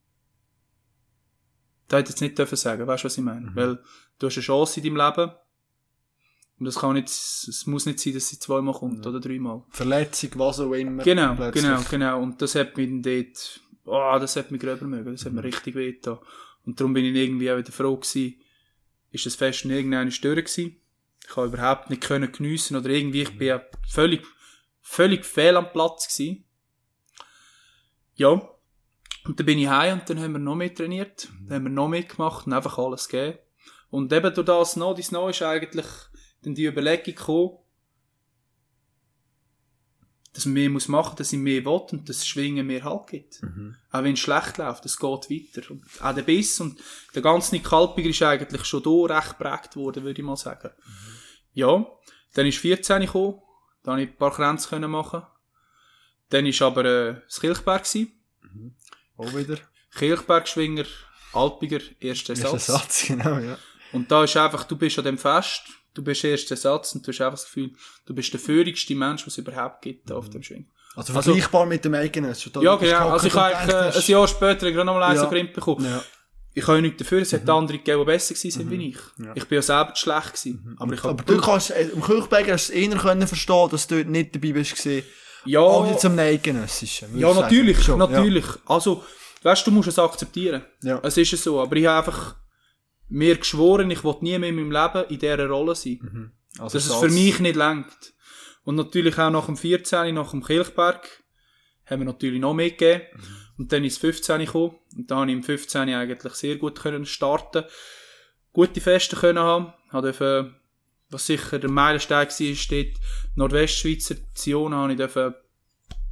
Da hätte ich jetzt nicht dürfen sagen, weißt du, was ich meine? Weil du hast eine Chance in deinem Leben. Und es muss nicht sein, dass sie 2-mal kommt oder 3-mal. Verletzung, was auch immer. Genau. Und das hat mich dann dort, das hat mich gröber mögen, das hat mir richtig wehgetan. Und darum bin ich irgendwie auch wieder froh gewesen, ist das Fest in irgendeiner Störung gewesen. Ich habe überhaupt nicht geniessen oder irgendwie, ich bin ja völlig fehl am Platz gewesen. Ja. Und dann bin ich heim und dann haben wir noch mehr trainiert, dann haben wir noch mehr gemacht und einfach alles gegeben. Und eben durch das noch ist eigentlich dann die Überlegung gekommen, dass man mehr machen muss, dass ich mehr will und dass das Schwingen mehr Halt gibt. Auch wenn es schlecht läuft, es geht weiter. Und auch der Biss und der ganze Nick Alpiger ist eigentlich schon da recht geprägt worden, würde ich mal sagen. Ja, dann ist 14 gekommen, da konnte ich ein paar Kränze machen. Dann war aber das Kilchberg. Auch wieder. Kilchbergschwinger, Alpiger, erster Satz. Erster Satz, genau, ja. Und da ist einfach, du bist an dem Fest, du bist erster Satz und du hast einfach das Gefühl, du bist der führigste Mensch, was es überhaupt gibt auf dem Schwingen. Also vergleichbar mit dem eigenen. Ja, genau. Also ich habe ein Jahr später gerade nochmal einen Grind bekommen. Ja. Ich kann ja nichts dafür, es hat andere gegeben, die besser gewesen sind wie ich. Ja. Ich bin ja selber schlecht gewesen. Aber du kannst, im Kirchberger hast du es eher verstehen, dass du dort nicht dabei bist. Ja. Auch jetzt am Eidgenössischen. Ja, natürlich. Ja. Also, weißt du, musst es akzeptieren. Ja. Es ist so. Aber ich habe einfach mir geschworen, ich will nie mehr in meinem Leben in dieser Rolle sein. Also dass es für mich nicht reicht. Und natürlich auch nach dem 14, nach dem Kilchberg, haben wir natürlich noch mehr gegeben. Und dann ist es 15 gekommen. Und da habe ich im 15 eigentlich sehr gut starten, gute Feste können haben. Habe was sicher der Meilenstein war, steht Nordwestschweizer Zion, habe ich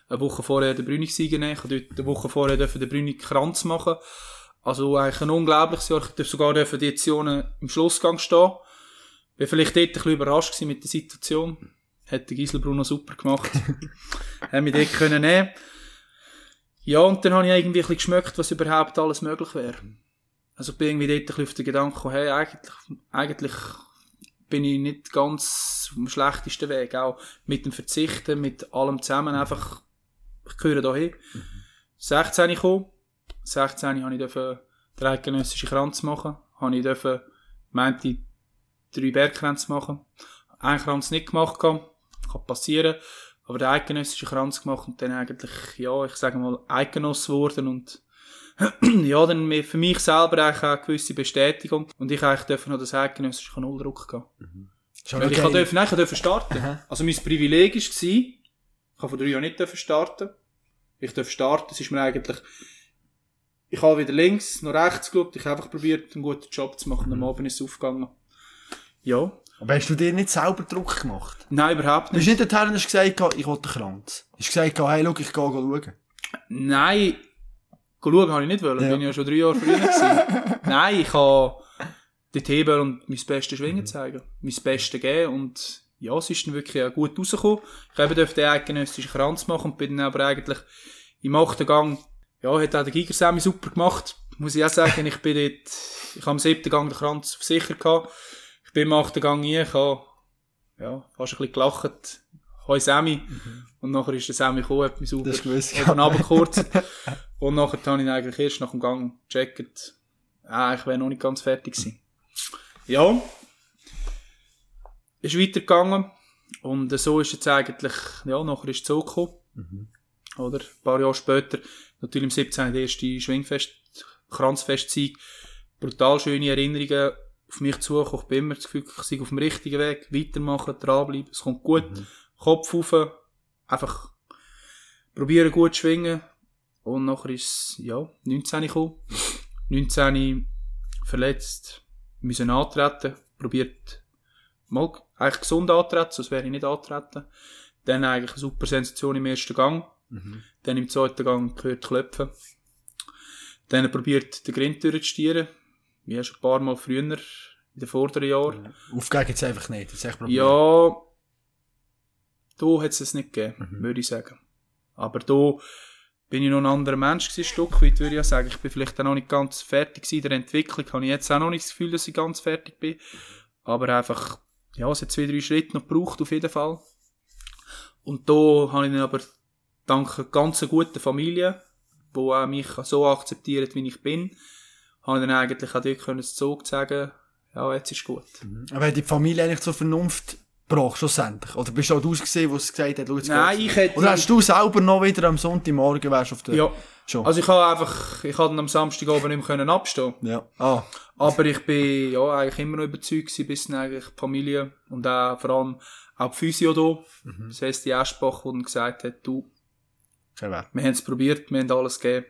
eine Woche vorher den Brünig-Sieger nehmen. Ich durfte dort eine Woche vorher den Brünig-Kranz machen. Also eigentlich ein unglaubliches Jahr. Ich durfte sogar die Editionen im Schlussgang stehen. Bin vielleicht dort ein bisschen überrascht gewesen mit der Situation. Hat der Gisela Bruno super gemacht. Haben mich dort können nehmen. Ja, und dann habe ich irgendwie ein bisschen geschmeckt, was überhaupt alles möglich wäre. Also ich bin irgendwie dort ein bisschen auf den Gedanken gekommen, hey, eigentlich bin ich nicht ganz auf dem schlechtesten Weg. Auch mit dem Verzichten, mit allem zusammen einfach, ich gehöre da hin. 16 gekommen. 16 habe ich den eidgenössischen Kranz machen. Meinte 3 Bergkränze machen. Einen Kranz nicht gemacht kann passieren. Aber den eidgenössischen Kranz gemacht und dann eigentlich, ja, ich sage mal, Eidgenoss geworden und ja, dann für mich selber eigentlich auch eine gewisse Bestätigung und ich eigentlich dürfen noch das eidgenössische Kanaldruck gehen. Mhm. Weil ich durfte starten. Aha. Also mein Privileg war, ich habe vor 3 Jahren nicht starten. Ich durfte starten, es ist mir eigentlich, ich habe weder links noch rechts geschaut, ich habe einfach probiert, einen guten Job zu machen, am Abend ist es aufgegangen. Ja. Aber hast du dir nicht selber Druck gemacht? Nein, überhaupt nicht. Bist du nicht dorthin und hast gesagt, ich will den Kranz? Hast du gesagt, hey, schau, ich gehe schauen? Nein, schauen habe ich nicht wollen. Ja. Bin ja schon 3 Jahre früher gewesen. Nein, ich habe dort heben und mein Bestes Schwingen zeigen. Mein Bestes geben und ja, es ist dann wirklich auch gut rausgekommen. Ich durfte den eidgenössischen Kranz machen und bin dann aber eigentlich im 8. Gang, ja, hat auch der Giger Semi super gemacht. Muss ich auch sagen, ich habe am 7. Gang den Kranz auf sicher gehabt. Ich bin im 8. Gang hier, ich habe, ja, fast ein bisschen gelacht. Hoi Semi. Und nachher ist der Semi gekommen, hat mich super runtergekürzt. Und nachher habe ich eigentlich erst nach dem Gang gecheckt. Ich wäre noch nicht ganz fertig gewesen. Ja. Ist weitergegangen. Und so ist jetzt eigentlich, ja, nachher ist es so gekommen. Oder? Ein paar Jahre später, natürlich im 17. der erste Kranzfest-Sieg. Brutal schöne Erinnerungen auf mich zukommen. Ich bin immer das Gefühl, ich sei auf dem richtigen Weg. Weitermachen, dranbleiben. Es kommt gut. Kopf rauf. Einfach probieren gut zu schwingen. Und nachher ist es, ja, 19 gekommen. 19 verletzt. Müssen antreten. Probiert mal eigentlich gesund antreten, sonst wäre ich nicht antreten. Dann eigentlich eine super Sensation im 1. Gang. Dann im 2. Gang gehört klopfen. Dann probiert den Grind durchzustieren. Wie schon ein paar Mal früher, in den vorderen Jahren. Aufgeben jetzt einfach nicht. Das ist ja, da hat es nicht gegeben, würde ich sagen. Aber da bin ich noch ein anderer Mensch gewesen, ein Stück weit, würde ich sagen. Ich bin vielleicht auch noch nicht ganz fertig gewesen. In der Entwicklung habe ich jetzt auch noch nicht das Gefühl, dass ich ganz fertig bin. Aber einfach, ja, es hat 2-3 Schritte noch gebraucht, auf jeden Fall. Und da habe ich dann aber dank einer ganz guten Familie, die auch mich so akzeptiert, wie ich bin, habe ich dann eigentlich auch dort das Zug sagen, ja, jetzt ist gut. Aber hat die Familie eigentlich zur Vernunft gebracht, schlussendlich? Oder bist du auch ausgesehen, wo es gesagt hat, schau, jetzt nein, ich hätte... Oder hast du selber noch wieder am Sonntagmorgen wärst auf der... Ja. Schon. Also ich habe am Samstagabend nicht mehr abstehen. Ja. Aber ich bin, ja, eigentlich immer noch überzeugt gewesen, bis dann eigentlich die Familie und auch vor allem auch die Physio da. Das heisst, die Eschbach, die dann gesagt hat, du, wir haben es probiert, wir haben alles gegeben.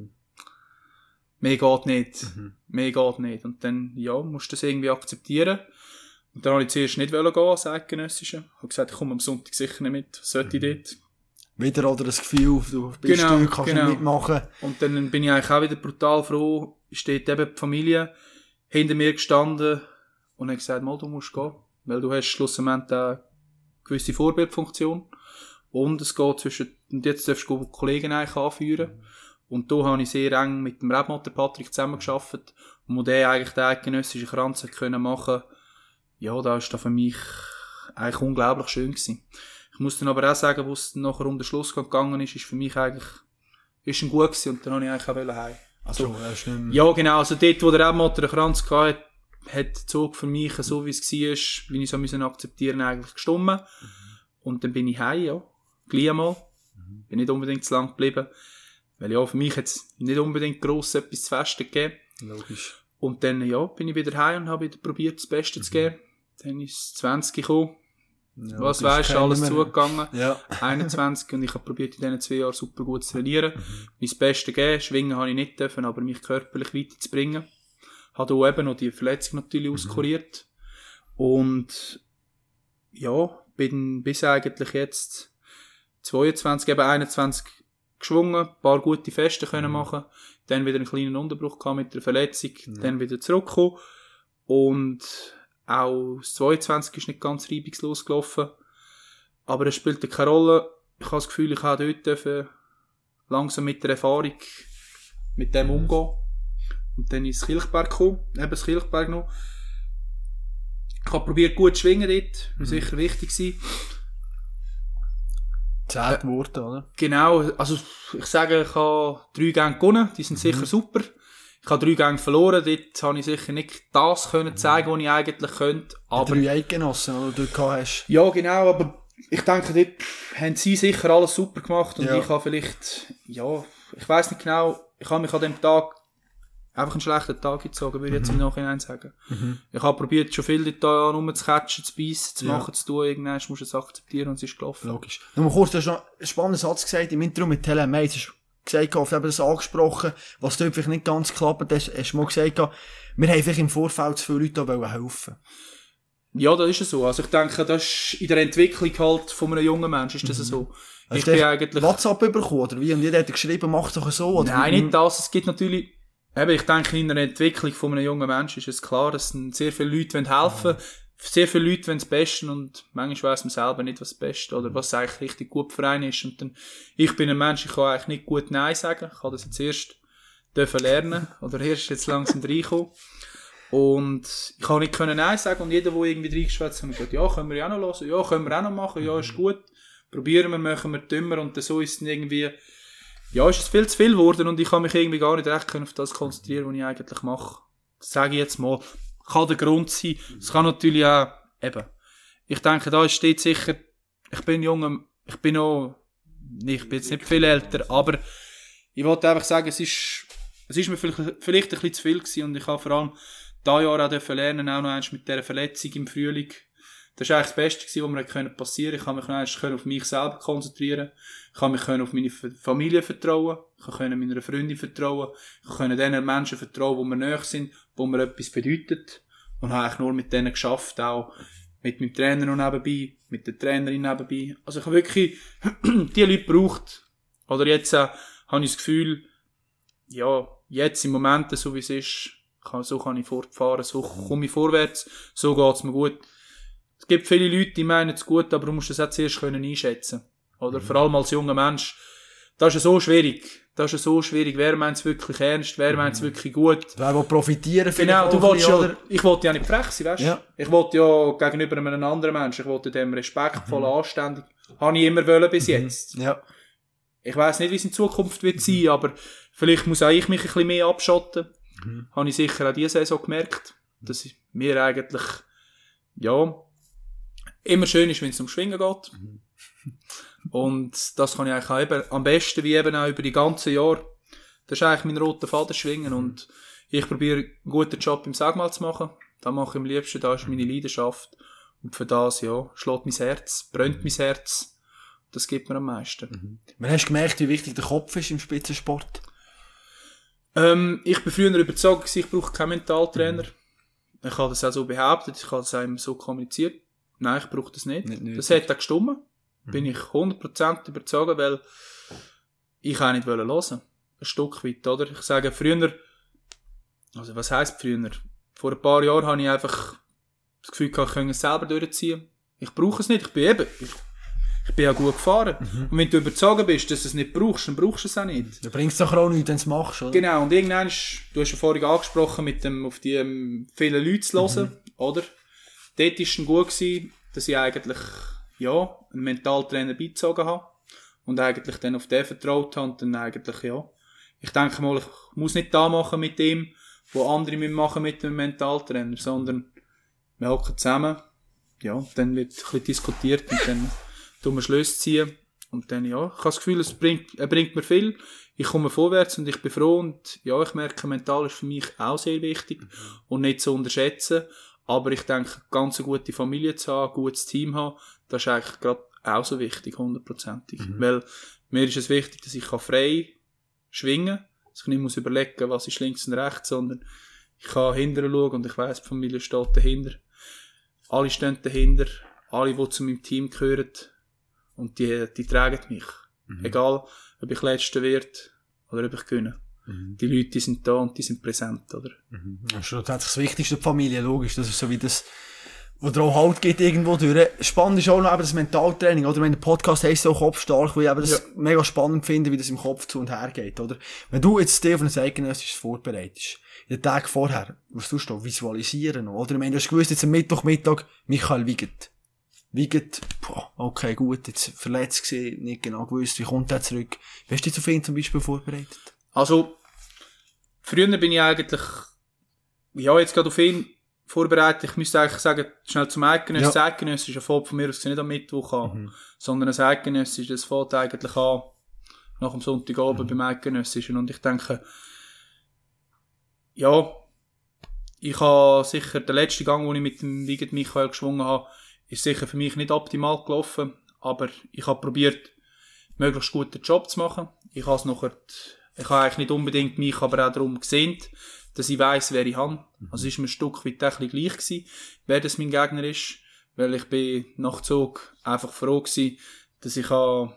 Mehr geht nicht. Mehr geht nicht. Und dann, ja, musst du das irgendwie akzeptieren. Und dann wollte ich zuerst nicht gehen, als Eidgenössische. Ich habe gesagt, ich komme am Sonntag sicher nicht mit. Was sollte ich dort? Wieder oder das Gefühl, du bist du, kannst nicht mitmachen. Und dann bin ich eigentlich auch wieder brutal froh. Steht eben die Familie hinter mir gestanden und hat gesagt, mal, du musst gehen. Weil du hast schlussendlich eine gewisse Vorbildfunktion. Und es geht und jetzt darfst du Kollegen eigentlich anführen. Und da habe ich sehr eng mit dem Rebmotter Patrick zusammengearbeitet. Und wo der eigentlich den eidgenössischen Kranz können machen, ja, da ist das für mich eigentlich unglaublich schön gewesen. Ich muss dann aber auch sagen, wo es nachher um den Schluss gegangen ist für mich eigentlich, ist ein gut gewesen und dann habe ich eigentlich auch heim. Also, ja, genau, also dort, wo der Rebmotter den Kranz hatte, hat der Zug für mich, so wie es war, wie ich so müssen akzeptieren, eigentlich gestummen. Und dann bin ich heim, ja. Gleich einmal. Bin nicht unbedingt zu lang geblieben. Weil ja, für mich hat es nicht unbedingt gross etwas zu festen gegeben. Logisch. Und dann, ja, bin ich wieder heim und habe wieder probiert, das Beste zu geben. Dann ist es 20 gekommen. Ja, was weisst du, alles zugegangen. Ja. 21 und ich habe probiert, in diesen 2 Jahren super gut zu trainieren. Mein Bestes geben, schwingen habe ich nicht dürfen, aber mich körperlich weiterzubringen. Habe auch eben noch die Verletzung natürlich auskuriert. Und ja, bin bis eigentlich jetzt 22, eben 21 geschwungen, ein paar gute Feste können machen, dann wieder einen kleinen Unterbruch gehabt mit der Verletzung, dann wieder zurückgekommen und auch das 22 ist nicht ganz reibungslos gelaufen, aber es spielt keine Rolle. Ich habe das Gefühl, ich habe dort langsam mit der Erfahrung mit dem umgehen und dann ins Kilchberg gekommen, eben das Kilchberg noch. Ich habe probiert gut zu schwingen dort, was sicher wichtig war. 10 geworden, oder? Genau, also ich sage, ich habe 3 Gänge gewonnen, die sind sicher super. Ich habe 3 Gänge verloren, dort habe ich sicher nicht das können zeigen, was ich eigentlich könnte. Aber 3 Eidgenossen, die du gehabt hast. ja, genau, aber ich denke, dort haben sie sicher alles super gemacht und ich habe vielleicht, ja, ich weiss nicht genau, ich habe mich an dem Tag einfach einen schlechten Tag gezogen, würde ich jetzt im Nachhinein sagen. Ich habe probiert, schon viel da rumzucatchen, zu beißen, zu machen, zu tun. Irgendwann musst du es akzeptieren und es ist gelaufen. Logisch. Nur kurz, du hast noch einen spannenden Satz gesagt im Interview mit Helen May. Du hast gesagt, oft eben das angesprochen, was dort vielleicht nicht ganz klappt. Hast du mal gesagt, wir haben vielleicht im Vorfeld zu viele Leute da helfen. Ja, das ist so. Also ich denke, das ist in der Entwicklung halt von einem jungen Menschen ist das so. Ich bin eigentlich WhatsApp bekommen, oder wie? Und jeder hat geschrieben, mach doch so. Oder nein, nicht das. Es gibt natürlich, eben, ich denke, in der Entwicklung von einem jungen Menschen ist es klar, dass sehr viele Leute helfen wollen. Sehr viele Leute wollen das Beste und manchmal weiss man selber nicht, was das Beste oder was eigentlich richtig gut für einen ist. Und dann, ich bin ein Mensch, ich kann eigentlich nicht gut Nein sagen. Ich habe das jetzt erst lernen oder erst jetzt langsam reinkommen. Und ich kann nicht Nein sagen und jeder, der irgendwie reingeschwätzt hat, hat gesagt, ja, können wir ja auch noch hören, ja, können wir auch noch machen, ja, ist gut. Probieren wir, machen wir dümmer und so ist es irgendwie, ja, ist es viel zu viel geworden und ich kann mich irgendwie gar nicht recht auf das konzentrieren, was ich eigentlich mache. Das sage ich jetzt mal. Kann der Grund sein. Es kann natürlich auch, eben, ich denke, da steht sicher, ich bin jetzt nicht viel älter, aber ich wollte einfach sagen, es ist mir vielleicht ein bisschen zu viel gewesen und ich habe vor allem dieses Jahr auch lernen, auch noch eins mit dieser Verletzung im Frühling. Das war eigentlich das Beste gewesen, was mir passieren konnte. Ich konnte mich auf mich selber konzentrieren. Ich konnte mich auf meine Familie vertrauen. Ich konnte meiner Freundin vertrauen. Ich konnte den Menschen vertrauen, die mir nahe sind, die mir etwas bedeuten. Und habe eigentlich nur mit denen geschafft, auch mit meinem Trainer noch nebenbei, mit der Trainerin nebenbei. Also ich habe wirklich die Leute gebraucht. Oder jetzt habe ich das Gefühl, ja, jetzt im Moment, so wie es ist, so kann ich fortfahren, so komme ich vorwärts, so geht es mir gut. Es gibt viele Leute, die meinen es gut, aber du musst das auch zuerst einschätzen können. Oder vor allem als junger Mensch. Das ist so schwierig. Wer meint es wirklich ernst? Wer meint es wirklich gut? Wer will profitieren? Genau, ich wollte ja nicht frech sein, weißt du? Ja. Ich wollte ja gegenüber einem anderen Menschen, ich wollte dem respektvoll, anständig. Habe ich immer wollen bis jetzt. Ja. Ich weiss nicht, wie es in Zukunft wird sein, aber vielleicht muss auch ich mich ein bisschen mehr abschotten. Habe ich sicher auch diese Saison gemerkt, dass mir eigentlich, ja, immer schön ist, wenn es um Schwingen geht. Und das kann ich eigentlich auch eben, am besten wie eben auch über die ganzen Jahre. Das ist eigentlich mein roter Faden schwingen und ich probiere einen guten Job im Sagmal zu machen. Das mache ich am liebsten, das ist meine Leidenschaft. Und für das, ja, schlägt mein Herz, brennt mein Herz. Das gibt mir am meisten. Wann hast du gemerkt, wie wichtig der Kopf ist im Spitzensport? Ich bin früher überzeugt, ich brauche keinen Mentaltrainer. Ich habe das auch so behauptet, ich habe das einem so kommuniziert. Nein, ich brauche das nicht. Das hat auch gestimmt. Bin ich 100% überzeugt, weil ich auch nicht hören wollte. Ein Stück weit, oder? Ich sage früher, also was heisst früher? Vor ein paar Jahren habe ich einfach das Gefühl gehabt, ich könnte es selber durchziehen. Ich brauche es nicht. Ich bin ja gut gefahren. Und wenn du überzeugt bist, dass du es nicht brauchst, dann brauchst du es auch nicht. Du bringst es doch auch nicht, wenn du es machst, oder? Genau. Und irgendwann du hast ja vorhin angesprochen, auf die vielen Leute zu hören, oder? Dort war es gut gewesen, dass ich eigentlich, ja, einen Mentaltrainer beizogen habe. Und eigentlich dann auf den vertraut habe. Und dann eigentlich, ja. Ich denke mal, ich muss nicht da machen mit dem, was andere machen mit dem Mentaltrainer, sondern wir hocken zusammen, ja, dann wird ein bisschen diskutiert und dann tun wir Schlüsse ziehen und dann, ja, ich habe das Gefühl, er bringt mir viel, ich komme vorwärts und ich bin froh und ja, ich merke, mental ist für mich auch sehr wichtig und nicht zu unterschätzen, aber ich denke, ganz eine gute Familie zu haben, ein gutes Team haben, das ist eigentlich gerade auch so wichtig, 100%. Weil mir ist es wichtig, dass ich frei schwingen kann, dass ich nicht muss überlegen, was ist links und rechts, sondern ich kann hinterher schauen und ich weiss, die Familie steht dahinter. Alle stehen dahinter, alle, die zu meinem Team gehören. Und die tragen mich. Egal, ob ich Letzter werde oder ob ich gewinne. Die Leute, die sind da und die sind präsent, oder? Das ist schlussendlich das Wichtigste, die Familie, logisch. Das ist so wie das, wo der auch Halt geht irgendwo durch. Spannend ist auch noch eben das Mentaltraining, oder? Wenn der Podcast heisst so Kopfstark, weil ich eben das mega spannend finde, wie das im Kopf zu und her geht, oder? Wenn du jetzt dir auf ein eidgenössisches vorbereitest, in den Tagen vorher, was tust du da? Visualisieren, oder? Ich meine, du hast gewusst, jetzt am Mittwoch, Michael Wiegert, okay, gut, jetzt verletzt gewesen, nicht genau gewusst, wie kommt er zurück? Wie hast du dich auf ihn zum Beispiel vorbereitet? Also, früher bin ich eigentlich, jetzt gerade auf ihn vorbereitet. Ich müsste eigentlich sagen, schnell zum Eidgenöss. Das Eidgenöss ist ein Fahrt von mir aus nicht am Mittwoch an, sondern ein Eidgenöss ist, das fährt eigentlich an, nach dem Sonntagabend beim Eidgenössischen. Und ich denke, ich habe sicher, der letzte Gang, den ich mit dem Wiegert Michael geschwungen habe, ist sicher für mich nicht optimal gelaufen, aber ich habe probiert, möglichst guten Job zu machen. Ich habe eigentlich nicht unbedingt mich, aber auch darum gesehnt, dass ich weiss, wer ich habe. Also es war mir ein Stück weit ein bisschen gleich gewesen, wer das mein Gegner ist, weil ich bin nach Zug einfach froh gewesen, dass ich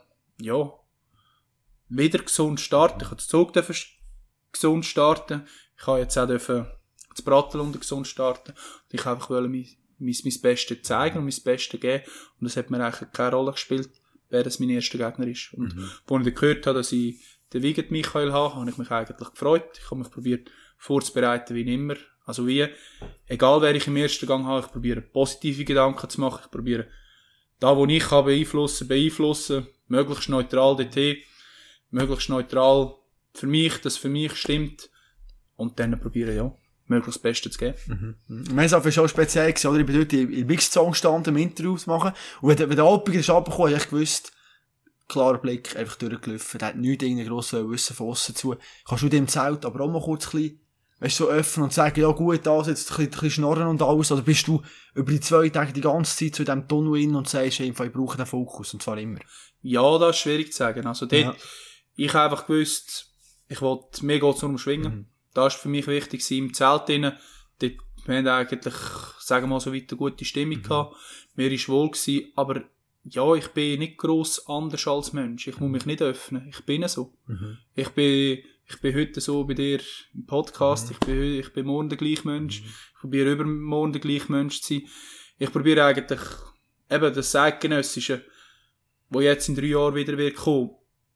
wieder gesund starten. Ich durfte Zug gesund starten. Ich habe jetzt auch das Brattelunde gesund starten. Und ich einfach wollte mein Bestes zeigen und mein Bestes geben. Und es hat mir eigentlich keine Rolle gespielt, wer das mein erster Gegner ist. Und als ich gehört habe, dass ich den Wiegert Michael habe ich mich eigentlich gefreut. Ich habe mich probiert vorzubereiten wie immer. Also egal wer ich im ersten Gang habe, ich probiere positive Gedanken zu machen. Ich probiere da, wo ich kann beeinflussen. Möglichst neutral dorthin. Möglichst neutral für mich, dass für mich stimmt. Und dann probiere möglichst das Beste zu geben. Wir haben es auch speziell gesehen, oder? Ich bin dort in der Mix-Zone gestanden, um Interviews zu machen. Und wenn der Alpiger ist runtergekommen, habe ich gewusst, klarer Blick, einfach durchgelaufen. Der hat nichts irgendwie gross Wissen von aussen zu. Kannst du dem Zelt aber auch mal kurz ein bisschen, so öffnen und sagen, ja gut, das jetzt ein bisschen schnorren und alles, oder bist du über die 2 Tage die ganze Zeit zu diesem Tunnel hin und sagst einfach, ich brauche den Fokus, und zwar immer? Ja, das ist schwierig zu sagen. Also dort, ich habe einfach gewusst, mir geht's nur um Schwingen. Das war für mich wichtig, im Zelt drinnen. Dort, wir haben eigentlich, sagen wir mal, so weit eine gute Stimmung gehabt. Mir war wohl gewesen, aber ich bin nicht gross anders als Mensch. Ich muss mich nicht öffnen. Ich bin so. Ich bin heute so bei dir im Podcast. Ich bin morgen der gleiche Mensch. Ich probiere übermorgen der gleiche Mensch zu sein. Ich probiere eigentlich eben das Eidgenössische, wo jetzt in 3 Jahren wieder wird kommen.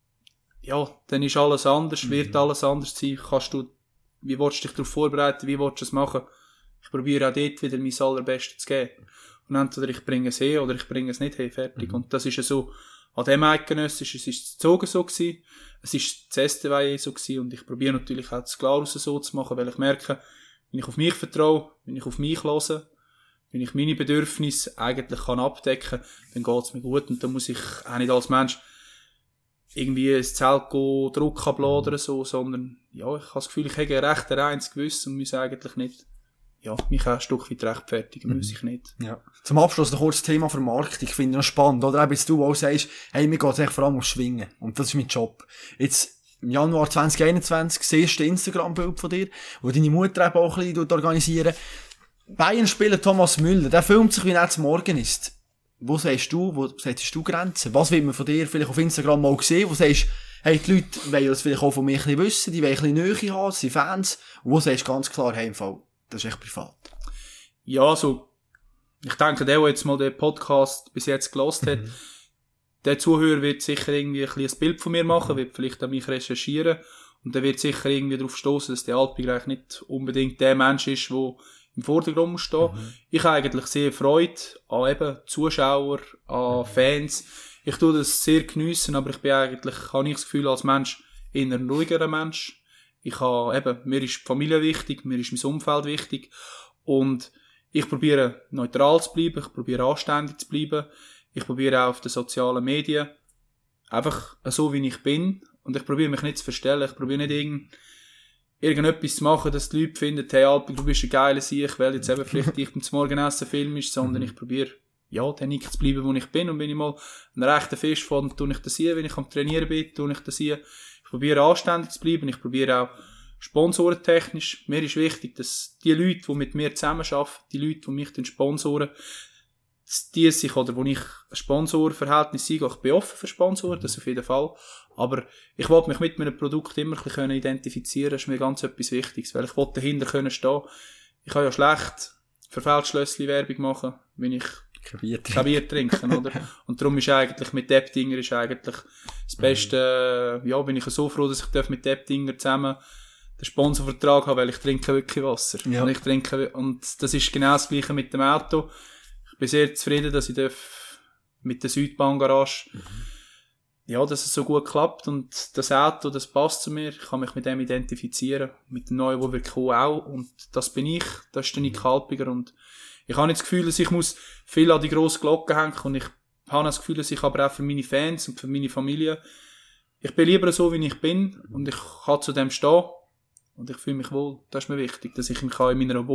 Ja, dann ist alles anders, wird alles anders sein. Wie willst du dich darauf vorbereiten? Wie willst du es machen? Ich probiere auch dort wieder mein Allerbestes zu geben. Und entweder ich bringe es hin oder ich bringe es nicht hin, fertig. Und das ist ja so, an dem Eidgenössischen, es ist das Zogen so gewesen, es ist das STW so gewesen, und ich probiere natürlich auch das Glarus so zu machen, weil ich merke, wenn ich auf mich vertraue, wenn ich auf mich höre, wenn ich meine Bedürfnisse eigentlich kann abdecken, dann geht's mir gut, und dann muss ich auch nicht als Mensch irgendwie ins Zelt gehen, Druck abladen oder so, sondern, ich habe das Gefühl, ich habe ein recht reines Gewissen und muss eigentlich nicht, mich auch ein Stück weit rechtfertigen, muss ich nicht. Ja. Zum Abschluss noch kurz das Thema Vermarktung. Ich finde noch spannend, oder? Eben jetzt du auch sagst, hey, mir geht's echt vor allem ums Schwingen. Und das ist mein Job. Jetzt, im Januar 2021, das erste Instagram-Bild von dir, wo deine Mutter eben auch ein bisschen organisieren. Bayern-Spieler Thomas Müller, der filmt sich, wie er zum Morgen ist. Wo setzt du Grenzen? Was will man von dir vielleicht auf Instagram mal sehen? Wo sagst du, hey, die Leute wollen das vielleicht auch von mir ein bisschen wissen, die wollen ein bisschen Nähe haben, sie sind Fans. Und wo sagst du ganz klar, hey, im Fall, das ist echt privat? Ja, also, ich denke, der jetzt mal den Podcast bis jetzt gehört hat, der Zuhörer wird sicher irgendwie ein bisschen ein Bild von mir machen, wird vielleicht an mich recherchieren, und der wird sicher irgendwie darauf stoßen, dass der Alpiger eigentlich nicht unbedingt der Mensch ist, der im Vordergrund muss stehen. Ich habe eigentlich sehr Freude an eben Zuschauer, an Fans. Ich tue das sehr geniessen, aber ich bin eigentlich, habe ich das Gefühl, als Mensch eher ein ruhigerer Mensch. Mir ist die Familie wichtig, mir ist mein Umfeld wichtig, und ich probiere neutral zu bleiben, ich probiere anständig zu bleiben, ich probiere auch auf den sozialen Medien einfach so, wie ich bin, und ich probiere mich nicht zu verstellen, ich probiere nicht irgendetwas zu machen, dass die Leute finden, hey Alpi, du bist ein geiler Sieg, weil jetzt eben vielleicht dich beim Morgenessen filmst, sondern ich probiere, dann nicht zu bleiben, wo ich bin, und wenn ich mal einen rechten Fisch fand, tue ich das hier, wenn ich am Trainieren bin, tue ich das hier. Ich probiere anständig zu bleiben, ich probiere auch sponsorentechnisch. Mir ist wichtig, dass die Leute, die mit mir zusammenarbeiten, die Leute, die mich sponsoren, die sich, oder wo ich ein Sponsorverhältnis sehe, ich bin offen für Sponsoren, das auf jeden Fall. Aber ich wollte mich mit meinem Produkt immer ein bisschen identifizieren, das ist mir ganz etwas Wichtiges, weil ich wollte dahinter können stehen. Ich kann ja schlecht für Feldschlössli-Werbung machen, wenn ich kein Bier trinken, oder? Und darum ist eigentlich mit Deptinger ist eigentlich das Beste, ja, bin ich so froh, dass ich mit Deptinger zusammen den Sponsorvertrag habe, weil ich trinke wirklich Wasser. Ja. Und das ist genau das Gleiche mit dem Auto. Ich bin sehr zufrieden, dass ich mit der Südbahn Garage, ja, dass es so gut klappt und das Auto, das passt zu mir. Ich kann mich mit dem identifizieren, mit dem neuen, wo wir kommen, auch. Und das bin ich, das ist der Nick Halpiger. Und ich habe nicht das Gefühl, dass ich muss viel an die grosse Glocke hängen und ich habe das Gefühl, dass ich aber auch für meine Fans und für meine Familie, ich bin lieber so, wie ich bin und ich kann zu dem stehen und ich fühle mich wohl. Das ist mir wichtig, dass ich mich in meiner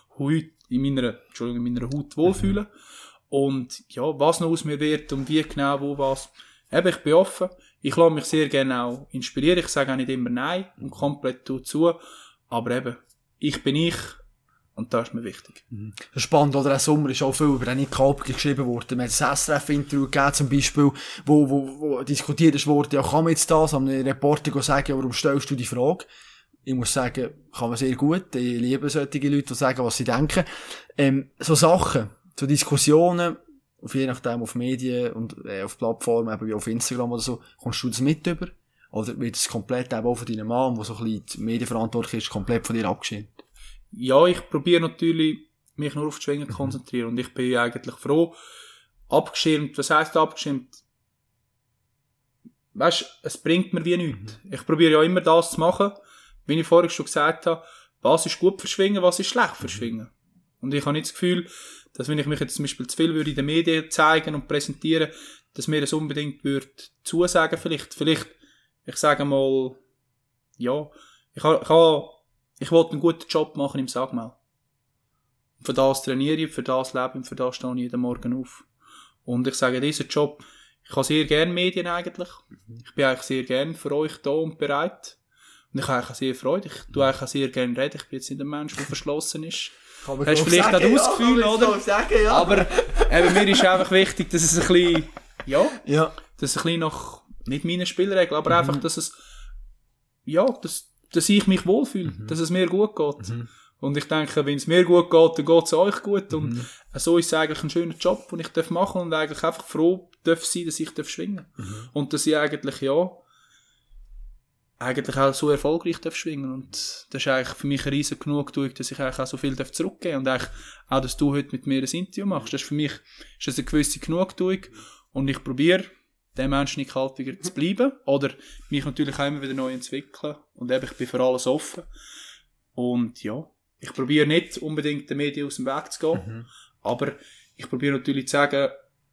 Haut wohlfühle. Und ja, was noch aus mir wird und wie genau, wo was. Eben, ich bin offen. Ich lasse mich sehr gerne auch inspirieren. Ich sage auch nicht immer Nein und komplett zu. Aber eben, ich bin ich. Und das ist mir wichtig. Das ist spannend, oder? Im Sommer ist auch viel über den Nick Halpiger geschrieben worden. Wir haben ein SRF-Interview gegeben, zum Beispiel, wo diskutiert wurde, ja, kann man jetzt das an einem Reporter sagen, warum stellst du die Frage? Ich muss sagen, kann man sehr gut. Ich liebe solche Leute, die sagen, was sie denken. So Sachen, so Diskussionen, je nachdem auf Medien und auf Plattformen, eben wie auf Instagram oder so, kommst du das mit über? Oder wird es komplett eben auch von deinem Mann, der so ein bisschen die Medienverantwortlich ist, komplett von dir abgeschirmt? Ja, ich probiere natürlich, mich nur auf die Schwingen zu konzentrieren. Und ich bin eigentlich froh. Abgeschirmt, was heisst abgeschirmt? Weisst, es bringt mir wie nichts. Ich probiere ja immer das zu machen, wie ich vorhin schon gesagt habe, was ist gut für Schwingen, was ist schlecht für Schwingen. Und ich habe nicht das Gefühl, dass wenn ich mich jetzt zum Beispiel zu viel würde in den Medien zeigen und präsentieren, dass mir das unbedingt würde zusagen vielleicht, ich sage mal, ja, ich wollte einen guten Job machen im Sagmau. Für das trainiere ich, für das lebe ich, für das stehe ich jeden Morgen auf. Und ich sage, diesen Job, ich habe sehr gerne Medien eigentlich. Ich bin eigentlich sehr gerne für euch da und bereit. Und ich habe eigentlich auch sehr Freude. Ich tue eigentlich auch sehr gerne reden. Ich bin jetzt nicht ein Mensch, der verschlossen ist. Hast du vielleicht auch das Gefühl, oder? Sagen, ja. Aber eben, mir ist einfach wichtig, dass es ein bisschen, ja. Ja. Dass es ein bisschen nach, nicht meine Spielregeln, aber einfach, dass es, ja, dass ich mich wohlfühle, dass es mir gut geht. Und ich denke, wenn es mir gut geht, dann geht es euch gut. Und so ist es eigentlich ein schöner Job, den ich machen darf und eigentlich einfach froh darf sein, dass ich schwingen darf. Und dass ich eigentlich, ja, eigentlich auch so erfolgreich schwingen darf. Und das ist eigentlich für mich eine riesen Genugtuung, dass ich eigentlich auch so viel zurückgeben darf. Und eigentlich auch, dass du heute mit mir ein Interview machst. Das ist für mich ist das eine gewisse Genugtuung. Und ich probiere, dem Menschen Nick Halpiger zu bleiben. Oder mich natürlich auch immer wieder neu entwickeln. Und eben, ich bin für alles offen. Und ja, ich probiere nicht unbedingt den Medien aus dem Weg zu gehen. Aber ich probiere natürlich zu sagen,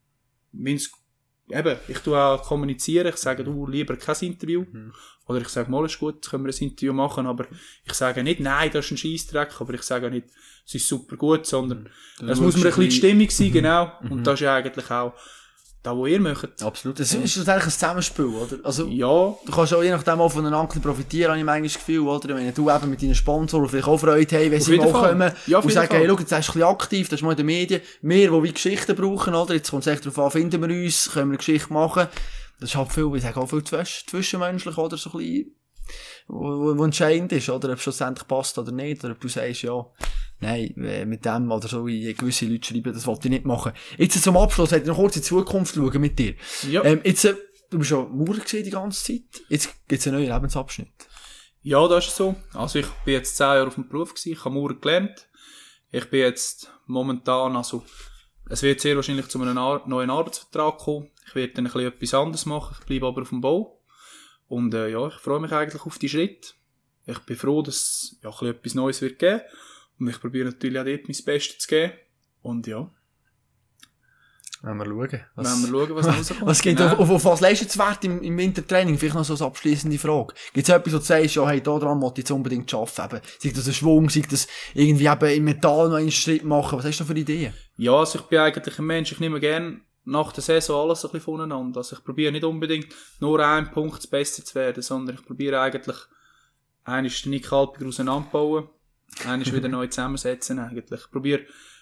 ich tue auch kommunizieren. Ich sage, du lieber kein Interview. Oder ich sage, mal ist gut, jetzt können wir ein Interview machen. Aber ich sage nicht, nein, das ist ein Scheissdreck. Aber ich sage auch nicht, es ist super gut, sondern es muss mir ein bisschen die Stimmung sein, genau. Und das ist ja eigentlich auch das, was ihr möchtet. Absolut. Das ist eigentlich ein Zusammenspiel, oder? Also, ja. Du kannst auch je nachdem auch voneinander profitieren, habe ich manchmal das Gefühl, oder? Wenn du eben mit deinen Sponsoren vielleicht auch Freude hast, wenn sie mal kommen und sagen, hey, schau, jetzt bist du ein bisschen aktiv, das ist mal in den Medien. Wir, die wie Geschichten brauchen, oder? Jetzt kommt es echt darauf an, finden wir uns, können wir eine Geschichte machen. Das ist halt viel, ich sage auch viel zwischenmenschlich, oder? So ein bisschen, wo entscheidend ist, oder? Ob es schlussendlich passt oder nicht, oder ob du sagst, ja, nein, mit dem, oder so, wie gewisse Leute schreiben, das wollte ich nicht machen. Jetzt zum Abschluss, hätte ich noch kurz in die Zukunft schauen mit dir. Ja. Jetzt, du bist ja Maurer gewesen die ganze Zeit. Jetzt gibt's einen neuen Lebensabschnitt. Ja, das ist so. Also ich bin jetzt 10 Jahre auf dem Beruf gewesen, ich habe Maurer gelernt. Ich bin jetzt momentan, also, es wird sehr wahrscheinlich zu einem neuen Arbeitsvertrag kommen. Ich werde dann ein bisschen etwas anderes machen. Ich bleibe aber auf dem Bau. Und, ja, ich freue mich eigentlich auf die Schritte. Ich bin froh, dass es ja, ein bisschen etwas Neues wird geben. Und ich probiere natürlich auch dort mein Bestes zu geben. Und ja. Wenn wir schauen, was rauskommt. Was geht auf was Leistungswert im Wintertraining? Vielleicht noch so eine abschliessende Frage. Gibt es etwas, wo du sagst, ja, hey, da dran wollte ich jetzt unbedingt arbeiten? Sei das ein Schwung, sei das irgendwie eben im Metall noch einen Schritt machen? Was hast du für Ideen? Ja, also ich bin eigentlich ein Mensch, ich nehme gerne nach der Saison alles ein bisschen voneinander. Also ich probiere nicht unbedingt nur einen Punkt das Beste zu werden, sondern ich probiere eigentlich, einen ist den Nick Halpiger auseinanderbauen, einen ist wieder neu zusammensetzen eigentlich. Ich probiere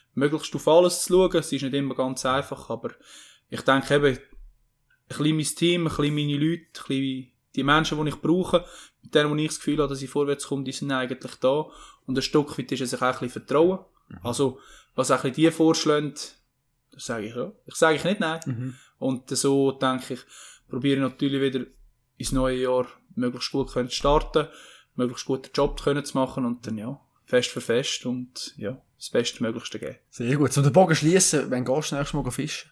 möglichst auf alles zu schauen. Es ist nicht immer ganz einfach, aber ich denke eben, ein bisschen mein Team, ein bisschen meine Leute, ein bisschen die Menschen, die ich brauche, mit denen, wo ich das Gefühl habe, dass ich vorwärts komme, die sind eigentlich da. Und ein Stück weit ist es sich auch ein bisschen Vertrauen. Also, was auch ein bisschen die vorschlagen, das sage ich ja. Ich sage nicht nein. Und so, denke ich, probiere ich natürlich wieder ins neue Jahr möglichst gut zu starten, möglichst guten Job zu machen und dann, ja, Fest für Fest und, ja, das Bestmöglichste geben. Sehr gut. Zum den Bogen schliessen, wenn gehst du nächstes Mal fischen?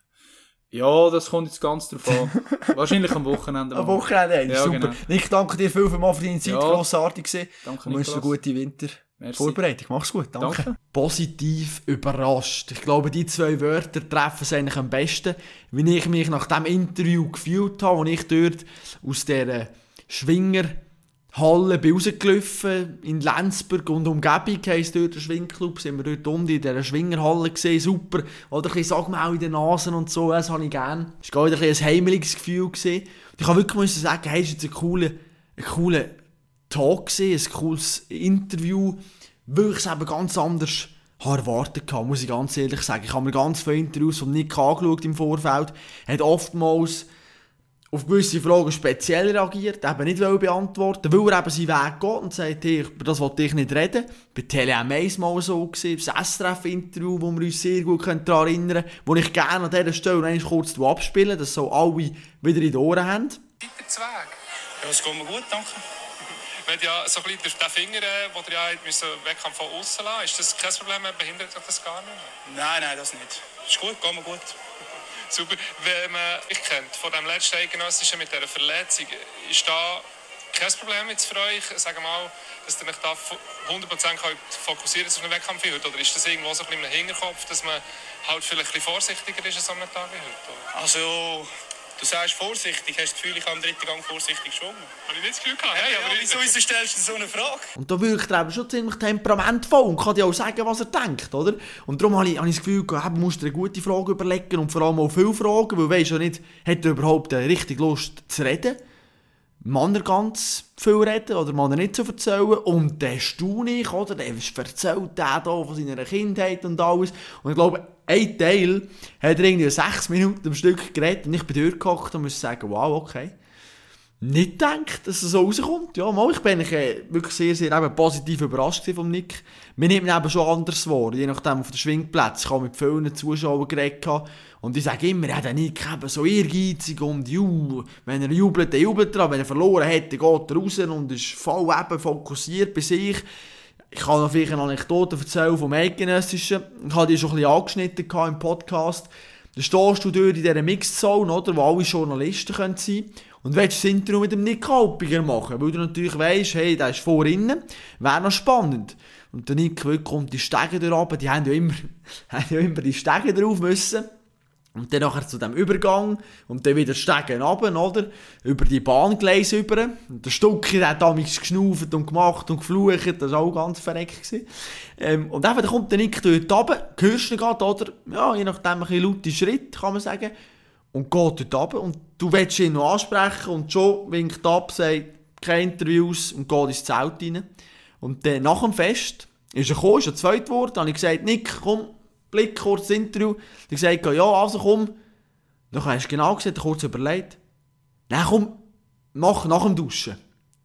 Ja, das kommt jetzt ganz drauf an. Wahrscheinlich am Wochenende. Am Wochenende, ja, super. Genau. Nick, danke dir vielmals für deine Zeit, ja, grossartig gewesen. Danke, und wünsche dir eine gute Wintervorbereitung. Mach's gut, danke. Positiv überrascht. Ich glaube, die 2 Wörter treffen es eigentlich am besten, wie ich mich nach dem Interview gefühlt habe, wo ich dort aus dieser Schwingerhalle bin rausgelaufen, in Lenzburg und Umgebung, heisst dort der Schwingclub, sind wir dort unten in dieser Schwingerhalle gesehen, super, oder ein bisschen Sagmau in den Nasen und so, das habe ich gerne. Es war ein heimeliges Gefühl gewesen. Und ich habe wirklich sagen, hey, es ist jetzt ein cooler Talk gewesen, ein cooles Interview, weil ich es eben ganz anders erwartet habe, muss ich ganz ehrlich sagen. Ich habe mir ganz viele Interviews von Nick angeschaut im Vorfeld, hat oftmals auf gewisse Fragen speziell reagiert, eben nicht beantworten, weil er eben seinen Weg geht und sagt, hey, über das wollte ich nicht reden. Bei Tele M mal so gewesen, das SRF-Interview, wo wir uns sehr gut daran erinnern können, wo ich gerne an dieser Stelle eigentlich kurz abspielen, dass so alle wieder in die Ohren haben. Weiterzweg. Ja, es geht mir gut, danke. Wir haben ja so ein bisschen den Finger, den ihr ja weg von außen lassen. Ist das kein Problem? Behindert euch das gar nicht? Nein, das nicht. Ist gut, geht mir gut. Super. Wenn man euch kennt, von dem letzten Eidgenössischen mit dieser Verletzung, ist da kein Problem jetzt für euch, sagen wir mal, dass ihr euch da 100% fokussieren könnt auf den Wettkampf wie heute? Oder ist das irgendwo so ein bisschen im Hinterkopf, dass man halt vielleicht ein bisschen vorsichtiger ist an so einem Tag wie heute? Also, du sagst vorsichtig, hast du das Gefühl, ich habe am 3. Gang vorsichtig geschwungen? Habe ich nicht das Gefühl gehabt? Hey, aber wieso stellst du so eine Frage? Und da wirkt er eben schon ziemlich temperamentvoll und kann dir auch sagen, was er denkt, oder? Und darum habe ich das Gefühl, du musst dir eine gute Frage überlegen und vor allem auch viele Fragen, weil du weisst ja nicht, hat er überhaupt richtig Lust zu reden? Kann er ganz viel reden oder kann er nicht so erzählen? Und dann staune ich, oder? Dann erzählt er da von seiner Kindheit und alles. Und ich glaube, ein Teil hat er irgendwie 6 Minuten am Stück geredet und ich bin durchgehockt und muss sagen, wow, okay. Nicht gedacht, dass es so rauskommt. Ja, mal, ich bin wirklich sehr, sehr eben positiv überrascht von Nick. Wir nehmen ihn eben schon anders wahr, je nachdem auf den Schwingplätzen. Ich habe mit vielen Zuschauern geredet und ich sage immer, ja, der Nick eben so ehrgeizig und wenn er jubelt, dann jubelt er. Wenn er verloren hat, dann geht er raus und ist voll eben fokussiert bei sich. Ich kann noch vielleicht eine Anekdote erzählen vom Eidgenössischen. Ich habe die schon ein bisschen angeschnitten im Podcast. Da stehst du dort in dieser Mixed Zone, oder, wo alle Journalisten sein können. Und willst das Interview mit dem Nick Halpiger machen, weil du natürlich weisst, hey, der ist vorne, wäre noch spannend. Und der Nick kommt die Stege durch, die haben ja immer die Stege drauf müssen. Und dann nachher zu dem Übergang und dann wieder Stegen runter, oder? Über die Bahngleise über. Und der Stucki hat damals geschnauft und gemacht und geflucht, das war auch ganz verreckt. Und dann kommt der Nick dort runter, hörst du gerade, oder? Ja, je nachdem ein bisschen laute Schritt, kann man sagen. Und geht dort runter und du willst ihn noch ansprechen und schon winkt ab, sagt keine Interviews und geht ins Zelt rein. Und dann nach dem Fest ist er gekommen, ist er zweit geworden, dann habe ich gesagt, Nick, komm, Blick, kurz Interview. Dann gesagt, ja, also komm. Dann hast du genau gesagt, kurz überlegt. Nein, komm, mach nach dem Duschen.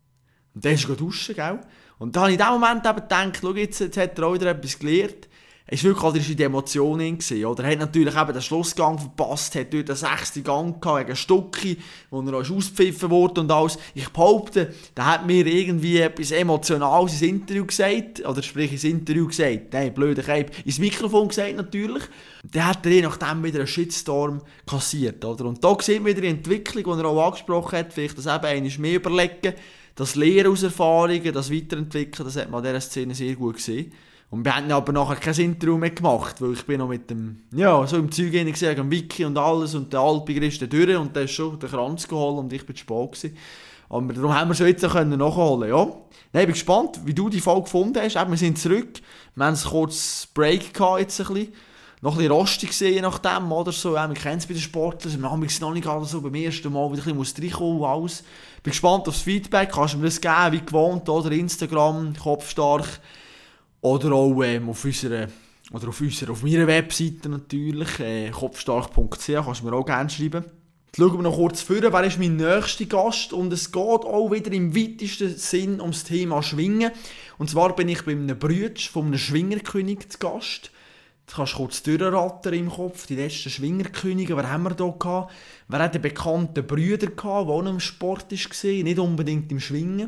Und dann ist er duschen, gell? Und dann habe ich in dem Moment eben gedacht, schau, jetzt hat er auch wieder etwas gelernt. Es war wirklich in die Emotionen gewesen, oder? Er hat natürlich eben den Schlussgang verpasst, hat dort den 6. Gang gehabt, gegen Stucki, wo er auch ausgepfiffen wurde und alles. Ich behaupte, der hat mir irgendwie etwas Emotionales ins Interview gesagt, oder sprich ins Interview gesagt, nein, blöder Keib, ins Mikrofon gesagt natürlich. Dann hat er nachdem wieder einen Shitstorm kassiert, oder? Und da sieht man wieder die Entwicklung, die er auch angesprochen hat, vielleicht das eben einmal mehr überlegen, das Lehren aus Erfahrungen, das Weiterentwickeln, das hat man an dieser Szene sehr gut gesehen. Und wir haben aber nachher kein Interview mehr gemacht, weil ich bin noch mit dem, ja, so im Zeug gesehen, am Wiki und alles und der Alpiger ist dann durch und der ist schon den Kranz geholt und ich bin zu spät gewesen. Aber darum haben wir es jetzt nachholen, ja. Nein, ich bin gespannt, wie du die Folge gefunden hast. Wir sind zurück, wir haben einen kurzen Break gehabt jetzt ein bisschen. Noch ein bisschen rostig gesehen nach dem, oder so. Ja, wir kennen es bei den Sportlern, wir haben noch nicht alle so beim ersten Mal wieder ein bisschen reinkommen und alles. Bin gespannt aufs Feedback, kannst du mir das geben, wie gewohnt, oder? Instagram, Kopfstark. Oder auch auf unserer Oder auf meiner Webseite natürlich, kopfstark.ch, kannst du mir auch gerne schreiben. Jetzt schauen wir noch kurz vor, wer ist mein nächster Gast, und es geht auch wieder im weitesten Sinn ums Thema Schwingen. Und zwar bin ich bei einem Brütsch von einem Schwingerkönig zu Gast. Du kannst kurz durchrattern im Kopf, die letzten Schwingerkönige, wer haben wir hier gehabt? Wer hat einen bekannten Brüder gehabt, der auch im Sport war, nicht unbedingt im Schwingen.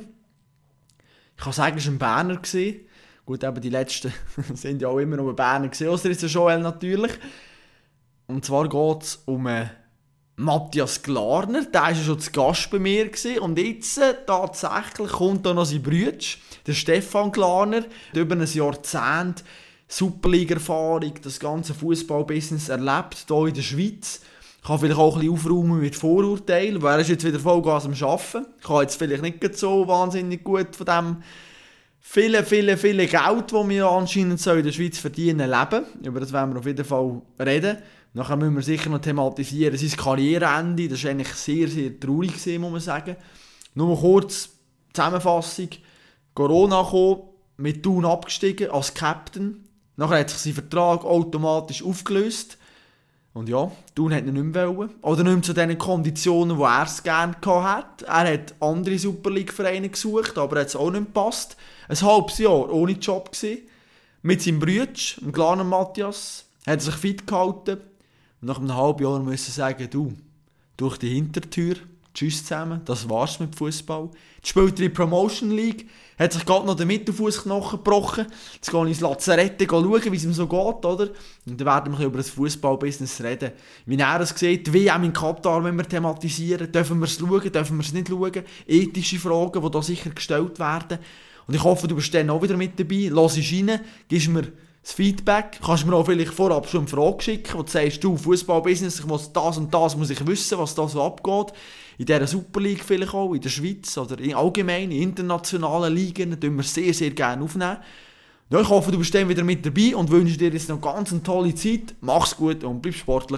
Ich kann sagen, es war ein Berner. Gut, eben die letzten sind ja auch immer noch ein Berner gewesen, außer ist der Joel natürlich. Und zwar geht es um Matthias Glarner, der war ja schon zu Gast bei mir gewesen. Und jetzt tatsächlich kommt da noch sein Bruder, der Stefan Glarner, über ein Jahrzehnt Superliga-Erfahrung, das ganze Fußballbusiness erlebt, hier in der Schweiz. Kann vielleicht auch ein bisschen aufräumen mit Vorurteilen, weil er ist jetzt wieder Vollgas am Arbeiten. Kann jetzt vielleicht nicht so wahnsinnig gut von dem viele Geld, das wir anscheinend in der Schweiz verdienen, leben. Über das werden wir auf jeden Fall reden. Nachher müssen wir sicher noch thematisieren, sein Karriereende. Das war eigentlich sehr traurig, muss man sagen. Nur kurz Zusammenfassung. Corona kam, mit Thun abgestiegen als Captain. Nachher hat sich sein Vertrag automatisch aufgelöst. Und ja, Thun hat ihn nicht mehr wollen. Oder nicht mehr zu den Konditionen, die er es gerne hatte. Er hat andere Super League-Vereine gesucht, aber hat es auch nicht gepasst. Ein halbes Jahr ohne Job gewesen. Mit seinem Bruder, dem Glarner Matthias, hat er sich fit gehalten. Und nach einem halben Jahr müssen sagen, du, durch die Hintertür, tschüss zusammen, das war's mit Fußball. Jetzt spielt er in die Promotion League, hat sich gerade noch den Mittelfußknochen gebrochen. Jetzt gehe ich ins Lazarett schauen, wie es ihm so geht, oder? Und dann werden wir über das Fußballbusiness reden. Wie er es sieht, die WM in Katar, wenn wir thematisieren, dürfen wir es schauen, dürfen wir es nicht schauen? Ethische Fragen, die da sicher gestellt werden. Und ich hoffe, du bist dann auch wieder mit dabei, hörst rein, gibst mir das Feedback, kannst mir auch vielleicht vorab schon eine Frage schicken, wo du sagst, du, Fußballbusiness, ich muss das und das muss ich wissen, was da so abgeht. In dieser Super League vielleicht auch, in der Schweiz oder allgemein in internationalen Ligen, tun wir sehr gerne aufnehmen. Ja, ich hoffe, du bist dann wieder mit dabei und wünsche dir jetzt noch ganz eine tolle Zeit. Mach's gut und bleib sportlich.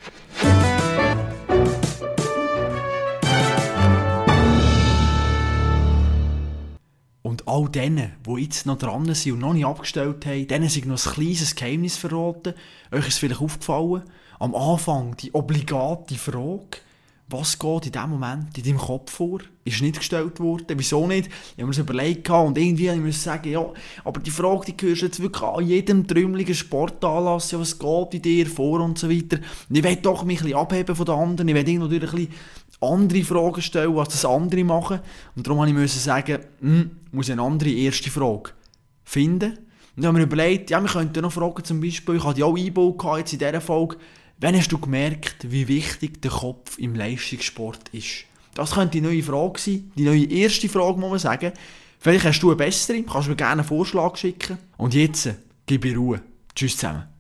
Und all denen, die jetzt noch dran sind und noch nicht abgestellt haben, denen sind noch ein kleines Geheimnis verraten. Euch ist vielleicht aufgefallen, am Anfang die obligate Frage, was geht in diesem Moment in deinem Kopf vor, ist nicht gestellt worden. Wieso nicht? Ich habe mir das überlegt und irgendwie musste ich sagen, ja, aber die Frage, die hörst du jetzt wirklich an jedem trümmeligen Sportanlass, ja, was geht in dir vor und so weiter. Und ich will doch mich ein bisschen abheben von den anderen, ich will irgendwo ein bisschen andere Fragen stellen, was das andere machen. Und darum musste ich sagen, muss ich eine andere erste Frage finden. Und dann habe ich mir überlegt, ja, wir könnten noch fragen, zum Beispiel, ich hatte die auch eingebaut jetzt in dieser Folge, wann hast du gemerkt, wie wichtig der Kopf im Leistungssport ist? Das könnte die neue Frage sein, die neue erste Frage, muss man sagen. Vielleicht hast du eine bessere, kannst du mir gerne einen Vorschlag schicken. Und jetzt, gib mir Ruhe. Tschüss zusammen.